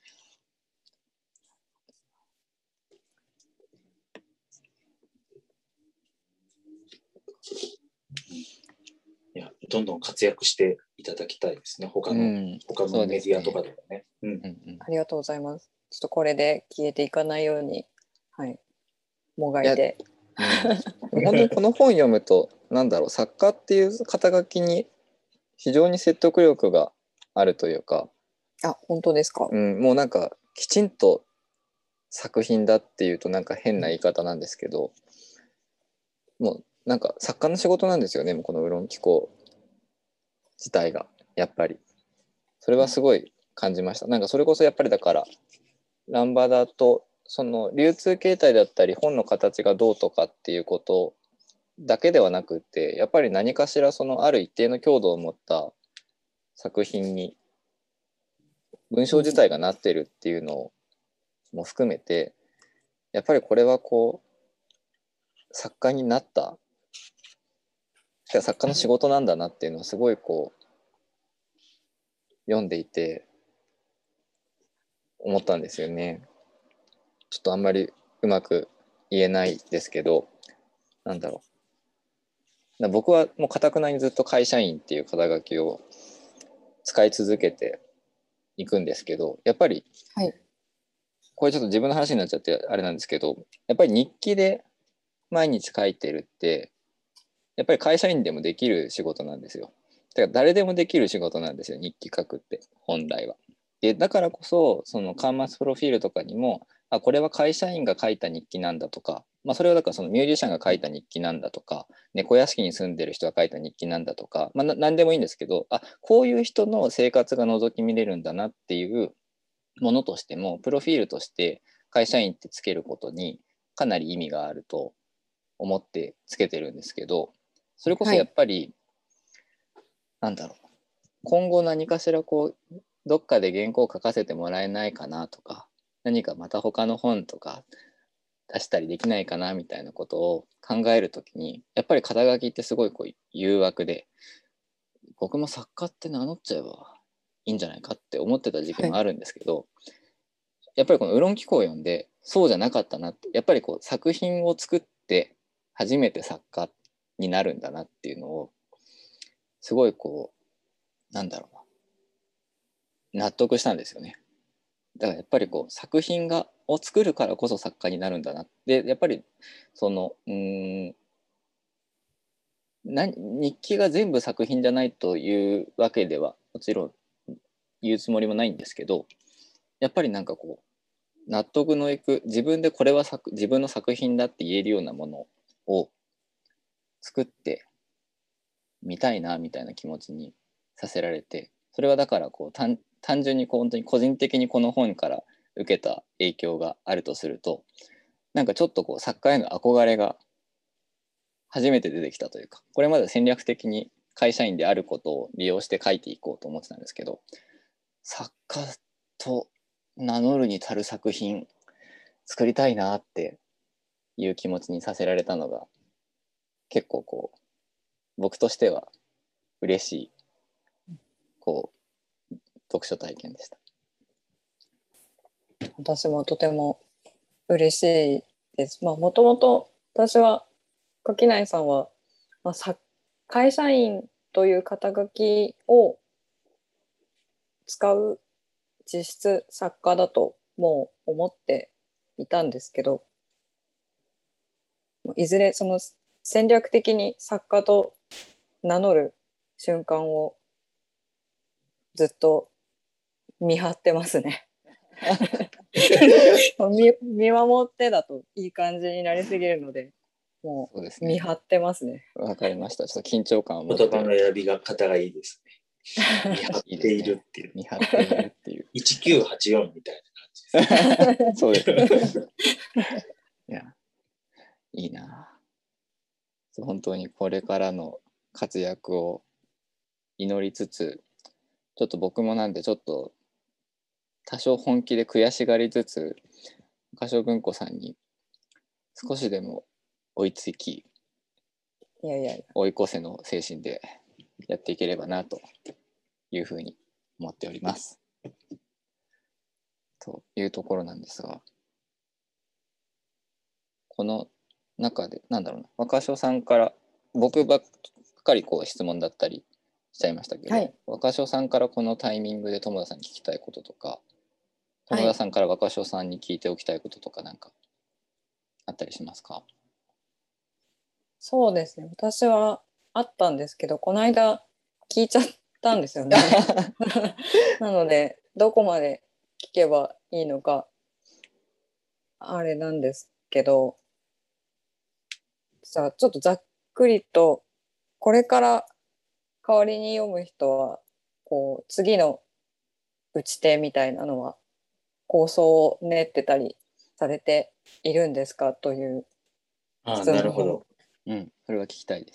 いや、どんどん活躍していただきたいですね。他のメディアとかでもね。 ありがとうございます。ちょっとこれで消えていかないように、もがいて。 本当にこの本読むと作家っていう肩書きに非常に説得力があるというか。 本当ですか。 もうなんかきちんと作品だっていうとなんか変な言い方なんですけど、もうなんか作家の仕事なんですよね、もうこのウロン機構自体がやっぱり。それはすごい感じました。なんかそれこそやっぱりだからランバダとその流通形態だったり本の形がどうとかっていうことだけではなくて、やっぱり何かしらそのある一定の強度を持った作品に文章自体がなってるっていうのも含めて、やっぱりこれはこう作家になった作家の仕事なんだなっていうのはすごいこう読んでいて思ったんですよね。ちょっとあんまりうまく言えないですけど、なんだろう。僕はもう堅くなにずっと会社員っていう肩書きを使い続けていくんですけど、やっぱり、 はい、 これちょっと自分の話になっちゃってあれなんですけど、やっぱり日記で毎日書いてるってやっぱり会社員でもできる仕事なんですよ。だから誰でもできる仕事なんですよ、日記書くって本来は。でだからこそその端末プロフィールとかにもこれは会社員が書いた日記なんだとか、それはだからそのミュージシャンが書いた日記なんだとか、猫屋敷に住んでる人が書いた日記なんだとか、何でもいいんですけど、こういう人の生活が覗き見れるんだなっていうものとしてもプロフィールとして会社員ってつけることにかなり意味があると思ってつけてるんですけど、それこそやっぱり、なんだろう、今後何かしらこうどっかで原稿を書かせてもらえないかなとか、何かまた他の本とか出したりできないかなみたいなことを考えるときに、やっぱり肩書きってすごいこう誘惑で、僕も作家って名乗っちゃえばいいんじゃないかって思ってた時期もあるんですけど、やっぱりこの「ウロン機構」を読んでそうじゃなかったなって、やっぱりこう作品を作って初めて作家になるんだなっていうのをすごいこうなんだろうな、納得したんですよね。だからやっぱりこう作品を作るからこそ作家になるんだな。でやっぱりその日記が全部作品じゃないというわけではもちろん言うつもりもないんですけど、やっぱりなんかこう納得のいく、自分でこれは自分の作品だって言えるようなものを作ってみたいなみたいな気持ちにさせられて、それはだからこう単純にこう本当に個人的にこの本から受けた影響があるとすると、なんかちょっとこう作家への憧れが初めて出てきたというか、これまで戦略的に会社員であることを利用して書いていこうと思ってたんですけど、作家と名乗るに足る作品作りたいなっていう気持ちにさせられたのが結構こう僕としては嬉しいこう読書体験でした。 私もとても嬉しいです。もともと私は垣内さんは、会社員という肩書きを使う実質作家だともう思っていたんですけど、いずれその戦略的に作家と名乗る瞬間をずっと見張ってますね。見守ってだといい感じになりすぎるので、もう見張ってますね。 わかりました。ちょっと緊張感を持って。 言葉の選びが方がいいですね。見張っているっていう。 見張っているっていう。 1984みたいな感じです。 そうですね。いや、いいな。本当にこれからの活躍を祈りつつ、ちょっと僕もなんでちょっと多少本気で悔しがりつつ、岡所文庫さんに少しでも追いつき、追い越せの精神でやっていければなというふうに思っております。というところなんですが、この中で若所さんから僕ばっかりこう質問だったりしちゃいましたけど、若所さんからこのタイミングで友田さんに聞きたいこととか、友田さんから若所さんに聞いておきたいこととかなんかあったりしますか？ そうですね、私はあったんですけど、この間聞いちゃったんですよね。なのでどこまで聞けばいいのかあれなんですけど、さあちょっとざっくりとこれから代わりに読む人はこう次の打ち手みたいなのは構想を練ってたりされているんですかという質問。なるほど。 それは聞きたいです。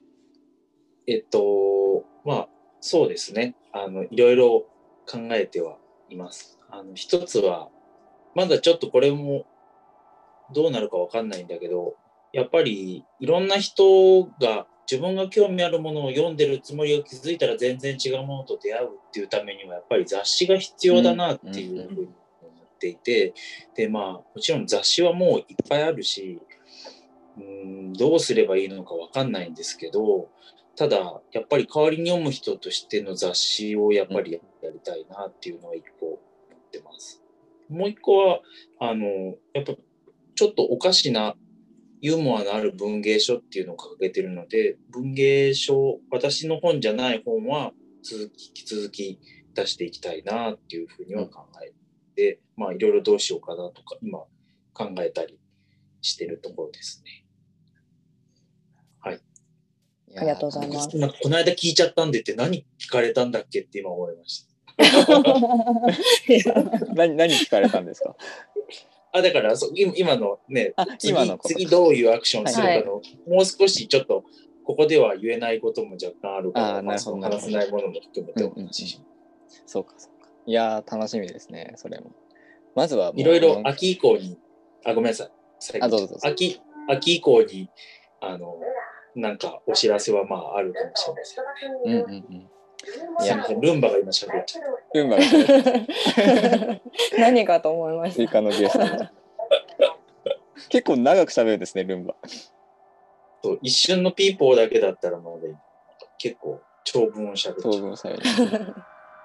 まあそうですね。いろいろ考えてはいます。一つはまだちょっとこれもどうなるかわかんないんだけど、やっぱりいろんな人が自分が興味あるものを読んでるつもりが気づいたら全然違うものと出会うっていうためにはやっぱり雑誌が必要だなっていうふうに思っていて、でまあもちろん雑誌はもういっぱいあるし、どうすればいいのかわかんないんですけど、ただやっぱり代わりに読む人としての雑誌をやっぱりやりたいなっていうのは一個思ってます。もう一個はやっぱちょっとおかしなユーモアのある文芸書っていうのを掲げてるので、文芸書、私の本じゃない本は引き続き出していきたいなっていうふうには考えて、まあいろいろどうしようかなとか今考えたりしてるところですね。はい。 ありがとうございます。 この間聞いちゃったんでって何聞かれたんだっけって今思いました。 何聞かれたんですか？ だから今のね、次どういうアクションするかの、もう少しちょっとここでは言えないことも若干あるから、話せないものも含めてお話し。 そうか。いや楽しみですね、それも。まずはいろいろ秋以降に、ごめんなさい。 どうぞ。 秋以降になんかお知らせはまああるかもしれません。すみません、ルンバが今喋っちゃった。 ルンバが喋っちゃった。 何かと思いました。 追加のゲスト。結構長く喋るんですね、ルンバ。 そう一瞬のピーポーだけだったらもう、ね、結構長文を喋っちゃう。長文を喋る。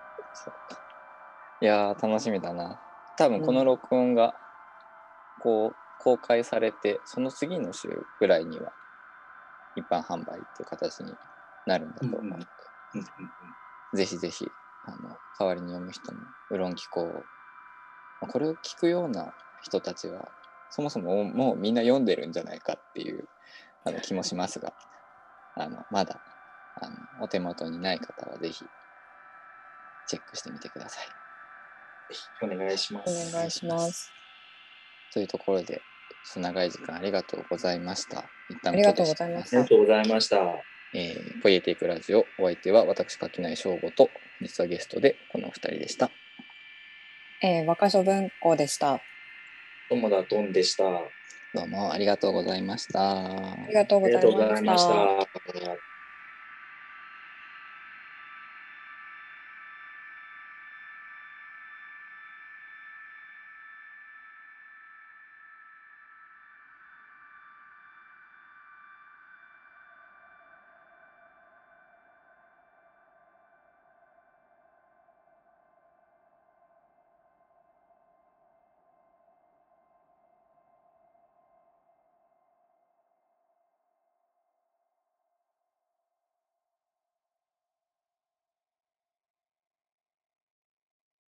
いや楽しみだな。多分この録音がこう公開されて、その次の週ぐらいには一般販売っていう形になるんだと思うので、ぜひぜひ代わりに読む人もウロン機構を、これを聞くような人たちはそもそももうみんな読んでるんじゃないかっていう気もしますが、まだお手元にない方はぜひチェックしてみてください。 お願いします。 お願いします。 というところで長い時間ありがとうございました。 一旦ありがとうございました。 ありがとうございました。 ポイエティックラジオ、お相手は私垣内翔吾と、実はゲストでこのお二人でした。 若書文庫でした。 友田トンでした。 どうもありがとうございました。 ありがとうございました。